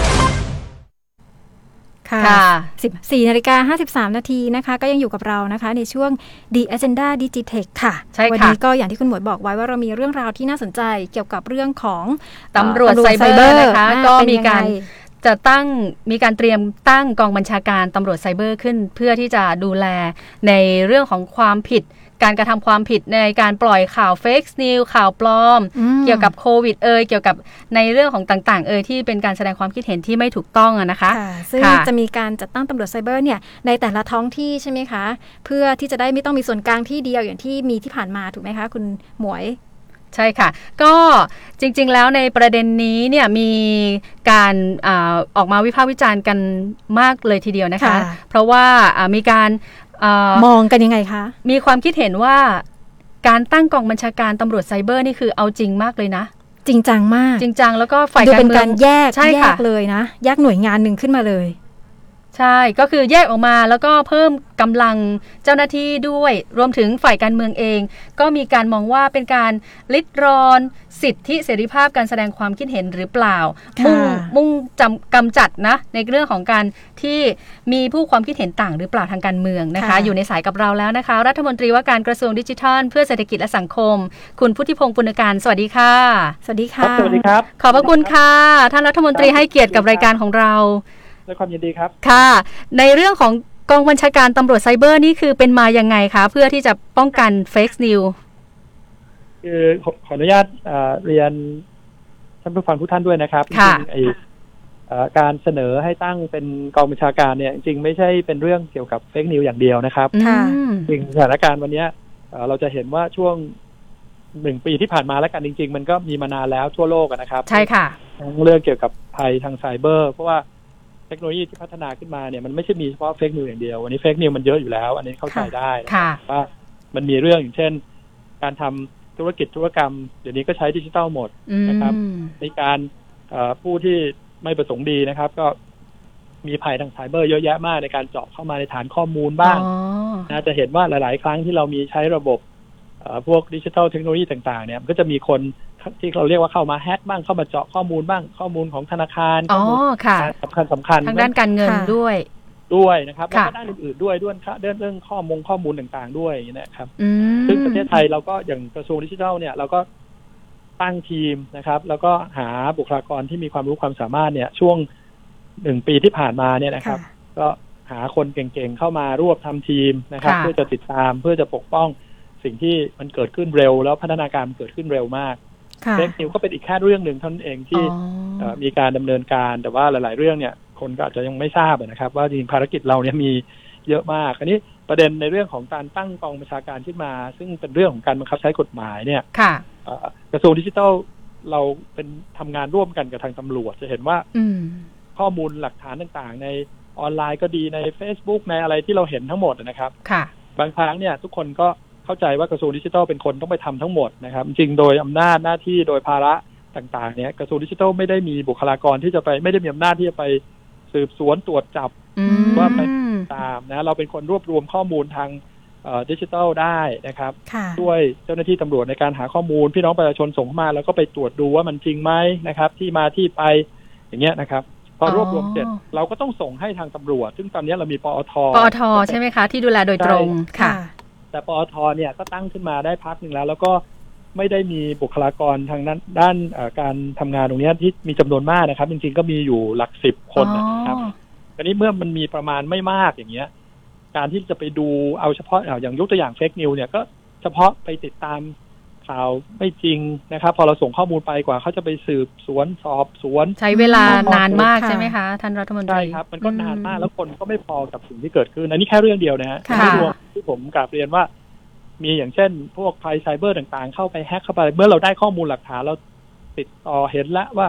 ค่ะสิบสี่นาฬิกาห้าสิบสามนาทีนะคะก็ยังอยู่กับเรานะคะในช่วง The Agenda Digitech ค่ะวันนี้ก็อย่างที่คุณหมวยบอกไว้ว่าเรามีเรื่องราวที่น่าสนใจเกี่ยวกับเรื่องของตำรวจไซเบอร์นะคะก็มีการจะตั้งมีการเตรียมตั้งกองบัญชาการตำรวจไซเบอร์ขึ้นเพื่อที่จะดูแลในเรื่องของความผิดการกระทำความผิดในการปล่อยข่าวเฟกซ์นิวข่าวปลอมเกี่ยวกับโควิดเอ่ยเกี่ยวกับในเรื่องของต่างๆเอ่ยที่เป็นการแสดงความคิดเห็นที่ไม่ถูกต้องอะนะคะซึ่งจะมีการจัดตั้งตำรวจไซเบอร์เนี่ยในแต่ละท้องที่ใช่ไหมคะเพื่อที่จะได้ไม่ต้องมีส่วนกลางที่เดียวอย่างที่มีที่ผ่านมาถูกไหมคะคุณหมวยใช่ค่ะก็จริงๆแล้วในประเด็นนี้เนี่ยมีการอ่าออกมาวิพากษ์วิจารณ์กันมากเลยทีเดียวนะคะเพราะว่ามีการมองกันยังไงคะมีความคิดเห็นว่าการตั้งกองบัญชาการตำรวจไซเบอร์นี่คือเอาจริงมากเลยนะจริงจังมากจริงจังแล้วก็ฝ่ายการเมืองแยกแยกเลยนะแยกหน่วยงานหนึ่งขึ้นมาเลยใช่ก็คือแยกออกมาแล้วก็เพิ่มกำลังเจ้าหน้าที่ด้วยรวมถึงฝ่ายการเมืองเองก็มีการมองว่าเป็นการลิดรอนสิทธิเสรีภาพการแสดงความคิดเห็นหรือเปล่ามุ่งมุ่งจำกำจัดนะในเรื่องของการที่มีผู้ความคิดเห็นต่างหรือเปล่าทางการเมืองนะคะอยู่ในสายกับเราแล้วนะคะรัฐมนตรีว่าการกระทรวงดิจิทัลเพื่อเศรษฐกิจและสังคมคุณพุทธิพงศ์ปุณการสวัสดีค่ะสวัสดีค่ะสวัสดีครับขอบพระคุณค่ะท่านรัฐมนตรีให้เกียรติกับรายการของเราด้วยความยินดีครับค่ะในเรื่องของกองบัญชาการตำรวจไซเบอร์นี่คือเป็นมายังไงคะเพื่อที่จะป้องกันเฟกซ์นิวคือขออนุญาตเรียนท่านผู้ฟังทุกท่านด้วยนะครับจริงๆการเสนอให้ตั้งเป็นกองบัญชาการเนี่ยจริงๆไม่ใช่เป็นเรื่องเกี่ยวกับเฟกซ์นิวอย่างเดียวนะครับจริงสถานการณ์วันนี้เราจะเห็นว่าช่วงหนึ่งปีที่ผ่านมาแล้วกันจริงๆมันก็มีมานานแล้วทั่วโลกนะครับใช่ค่ะเรื่องเกี่ยวกับภัยทางไซเบอร์เพราะว่าเทคโนโลยีที่พัฒนาขึ้นมาเนี่ยมันไม่ใช่มีเฉพาะเฟกนิวอย่างเดียววันนี้เฟกนิวมันเยอะอยู่แล้วอันนี้เข้าใจได้ว่ามันมีเรื่องอย่างเช่นการทำธุรกิจธุรกรรมเดี๋ยวนี้ก็ใช้ดิจิทัลหมดนะครับในการผู้ที่ไม่ประสงค์ดีนะครับก็มีภัยทางไซเบอร์เยอะแยะมากในการเจาะเข้ามาในฐานข้อมูลบ้างนะจะเห็นว่าหลายๆครั้งที่เรามีใช้ระบบพวกดิจิทัลเทคโนโลยีต่างๆเนี่ยมันก็จะมีคนที่เราเรียกว่าเข้ามาแฮกบ้างเข้ามาเจาะข้อมูลบ้างข้อมูลของธนาคารข้อมูลสำคัญสำคัญทางด้านการเงินด้วยด้วยนะครับแล้วก็ด้านอื่นๆด้วยด้วยเรื่องเรื่องข้อมูลข้อมูลต่างๆด้วยนะครับซึ่งประเทศไทยเราก็อย่างกระทรวงดิจิทัลเนี่ยเราก็ตั้งทีมนะครับแล้วก็หาบุคลากรที่มีความรู้ความสามารถเนี่ยช่วงหนึ่งปีที่ผ่านมาเนี่ยนะครับก็หาคนเก่งๆเข้ามารวบทำทีมนะครับเพื่อจะติดตามเพื่อจะปกป้องสิ่งที่มันเกิดขึ้นเร็วแล้วพัฒนาการมันเกิดขึ้นเร็วมากเฟกนิวก็เป็นอีกแค่เรื่องหนึ่งเท่านั้นเองที่มีการดำเนินการแต่ว่าหลายๆเรื่องเนี่ยคนก็อาจจะยังไม่ทราบนะครับว่าจริงภารกิจเราเนี่ยมีเยอะมากอันนี้ประเด็นในเรื่องของการตั้งกองบัญชาการขึ้นมาซึ่งเป็นเรื่องของการบังคับใช้กฎหมายเนี่ยกระทรวงดิจิทัลเราเป็นทำงานร่วมกันกับทางตำรวจจะเห็นว่าข้อมูลหลักฐานต่างๆในออนไลน์ก็ดีใน Facebook ในอะไรที่เราเห็นทั้งหมดนะครับบางครั้งเนี่ยทุกคนก็เข้าใจว่ากระทรวงดิจิทัลเป็นคนต้องไปทำทั้งหมดนะครับจริงโดยอำนาจหน้าที่โดยภาระต่างๆเนี่ยกระทรวงดิจิทัลไม่ได้มีบุคลากรที่จะไปไม่ได้มีอำนาจที่จะไปสืบสวนตรวจจับว่าไปตามนะเราเป็นคนรวบรวมข้อมูลทางดิจิทัลได้นะครับด้วยเจ้าหน้าที่ตำรวจในการหาข้อมูลพี่น้องประชาชนส่งเข้ามาแล้วก็ไปตรวจดูว่ามันจริงไหมนะครับที่มาที่ไปอย่างเงี้ยนะครับพอรวบรวมเสร็จเราก็ต้องส่งให้ทางตำรวจซึ่งตอนนี้เรามีปอท. ปอท.ใช่ไหมคะที่ดูแลโดยตรงค่ะแต่ปอท.เนี่ยก็ตั้งขึ้นมาได้พักหนึ่งแล้วแล้วก็ไม่ได้มีบุคลากรทางนั้นด้านการทำงานตรงนี้ที่มีจำนวนมากนะครับจริงๆก็มีอยู่หลักสิบคนนะครับอันนี้เมื่อมันมีประมาณไม่มากอย่างเงี้ยการที่จะไปดูเอาเฉพาะอย่างยกตัวอย่างเฟกนิวเนี่ยก็เฉพาะไปติดตามข่าวไม่จริงนะครับพอเราส่งข้อมูลไปกว่าเขาจะไปสืบสวนสอบสวนใช้เวลานานมากใช่ไหมคะท่านรัฐมนตรีใช่ครับมันก็นานมากแล้วคนก็ไม่พอกับสิ่งที่เกิดขึ้นอันนี้แค่เรื่องเดียวนะฮะไม่รวมที่ผมกลับเรียนว่ามีอย่างเช่นพวกภัยไซเบอร์ต่างๆเข้าไปแฮกเข้าไปเมื่อเราได้ข้อมูลหลักฐานเราติดต่อเห็นแล้วว่า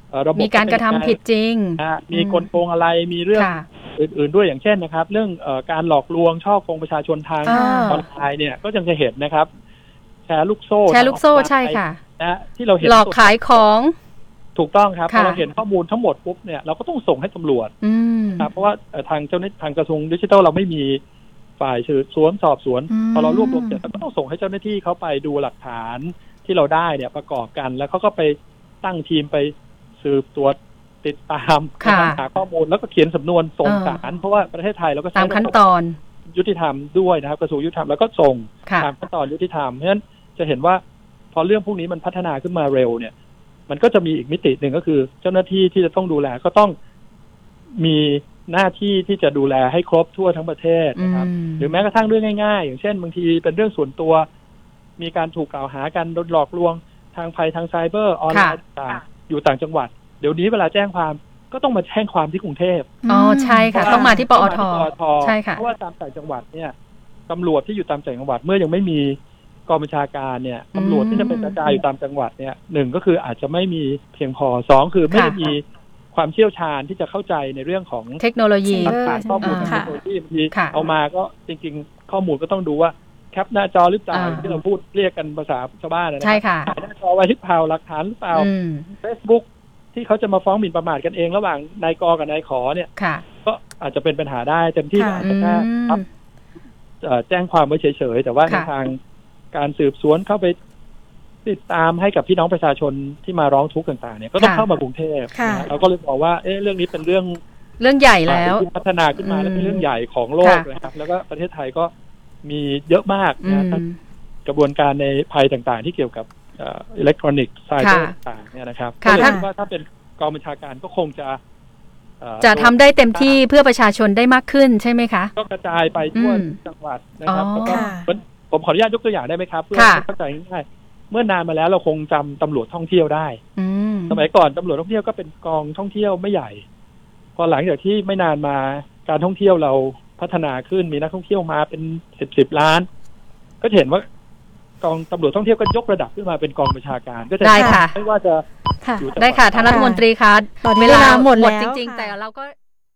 ระบบมีการกระทำผิดจริงมีกลโกงอะไรมีเรื่องอื่นๆด้วยอย่างเช่นนะครับเรื่องการหลอกลวงช่อโกงประชาชนทางออนไลน์เนี่ยก็ยังจะเห็นนะครับแชร์ลูกโซ่แชร์ลูกโซ่ใช่ค่ะนะที่เราเห็นหลอกขายของถูกต้องครับพอเราเห็นข้อมูลทั้งหมดปุ๊บเนี่ยเราก็ต้องส่งให้ตำรวจครับเพราะว่าทางเจ้าหน้าที่ทางกระทรวงดิจิทัลเราไม่มีฝ่ายสืบสวนสอบสวนพอเรารวบรวมเสร็จเราก็ต้องส่งให้เจ้าหน้าที่เขาไปดูหลักฐานที่เราได้เนี่ยประกอบกันแล้วเขาก็ไปตั้งทีมไปสืบตรวจติดตามหาข้อมูลแล้วก็เขียนสำนวนส่งศาลเพราะว่าประเทศไทยเราก็ตามขั้นตอนยุติธรรมด้วยนะครับกระทรวงยุติธรรมแล้วก็ส่งตามขั้นตอนยุติธรรมเพราะฉะนั้นจะเห็นว่าพอเรื่องพวกนี้มันพัฒนาขึ้นมาเร็วเนี่ยมันก็จะมีอีกมิติหนึ่งก็คือเจ้าหน้าที่ที่จะต้องดูแลก็ต้องมีหน้าที่ที่จะดูแลให้ครบทั่วทั้งประเทศนะครับหรือแม้กระทั่งเรื่องง่ายๆอย่างเช่นบางทีเป็นเรื่องส่วนตัวมีการถูกกล่าวหากันโดนหลอกลวงทางภัยทางไซเบอร์ออนไลน์ต่างอยู่ต่างจังหวัดเดี๋ยวนี้เวลาแจ้งความก็ต้องมาแจ้งความที่กรุงเทพอ๋อใช่ค่ะต้องมาที่ปอท.ใช่ค่ะเพราะว่าตามต่างจังหวัดเนี่ยตำรวจที่อยู่ตามต่างจังหวัดเมื่อยังไม่มีกองบัญชาการเนี่ยตำรวจที่จะเป็นกระจายอยู่ตามจังหวัดเนี่ยหนึ่งก็คืออาจจะไม่มีเพียงพอสองคือไม่ได้มีความเชี่ยวชาญที่จะเข้าใจในเรื่องของเทคโนโลยีฐานข้อมูลเทคโนโลยีบางทีเอามาก็จริงๆข้อมูลก็ต้องดูว่าแคปหน้าจอหรือเปล่าที่เราพูดเรียกกันภาษาชาวบ้านนะใช่ค่ะหน้าจอไว้หรือเปล่าหลักฐานหรือเปล่า Facebook ที่เขาจะมาฟ้องหมิ่นประมาทกันเองระหว่างนายกกับนายขอเนี่ยก็อาจจะเป็นปัญหาได้เต็มที่อาจจะแค่แจ้งความไว้เฉยๆแต่ว่าในทางการสืบสวนเข้าไปติดตามให้กับพี่น้องประชาชนที่มาร้องทุกข์ต่างๆเนี่ยก็ต้องเข้ามากรุงเทพเราก็เลยบอกว่าเอ๊ะเรื่องนี้เป็นเรื่องเรื่องใหญ่แล้วพัฒนาขึ้นมาและเป็นเรื่องใหญ่ของโลกนะครับแล้วก็ประเทศไทยก็มีเยอะมากนะกระบวนการในภัยต่างๆที่เกี่ยวกับอิเล็กทรอนิกส์ไซเบอร์ต่างๆเนี่ยนะครับก็เลยคิดว่าถ้าเป็นกองบัญชาการก็คงจะจะทำได้เต็มที่เพื่อประชาชนได้มากขึ้นใช่ไหมคะก็กระจายไปทั่วจังหวัดนะครับแล้วก็ผมขออนุญาตยกตัวอย่างได้ไหมครับเพื่อเข้าใจง่ายๆเมื่อนานมาแล้วเราคงจำตำรวจท่องเที่ยวได้สมัยก่อนตำรวจท่องเที่ยวก็เป็นกองท่องเที่ยวไม่ใหญ่พอหลังจากที่ไม่นานมาการท่องเที่ยวเราพัฒนาขึ้นมีนักท่องเที่ยวมาเป็นสิบสิบล้านก็เห็นว่ากองตำรวจท่องเที่ยวก็ยกระดับขึ้นมาเป็นกองบัญชาการก็จะได้ค่ะไม่ว่าจะได้ค่ะท่านรัฐมนตรีคะเวลาหมดแล้วจริงๆแต่เราก็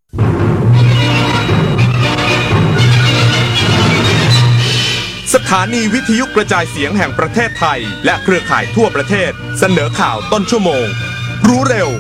สถานีวิทยุกระจายเสียงแห่งประเทศไทยและเครือข่ายทั่วประเทศเสนอข่าวต้นชั่วโมงรู้เร็ว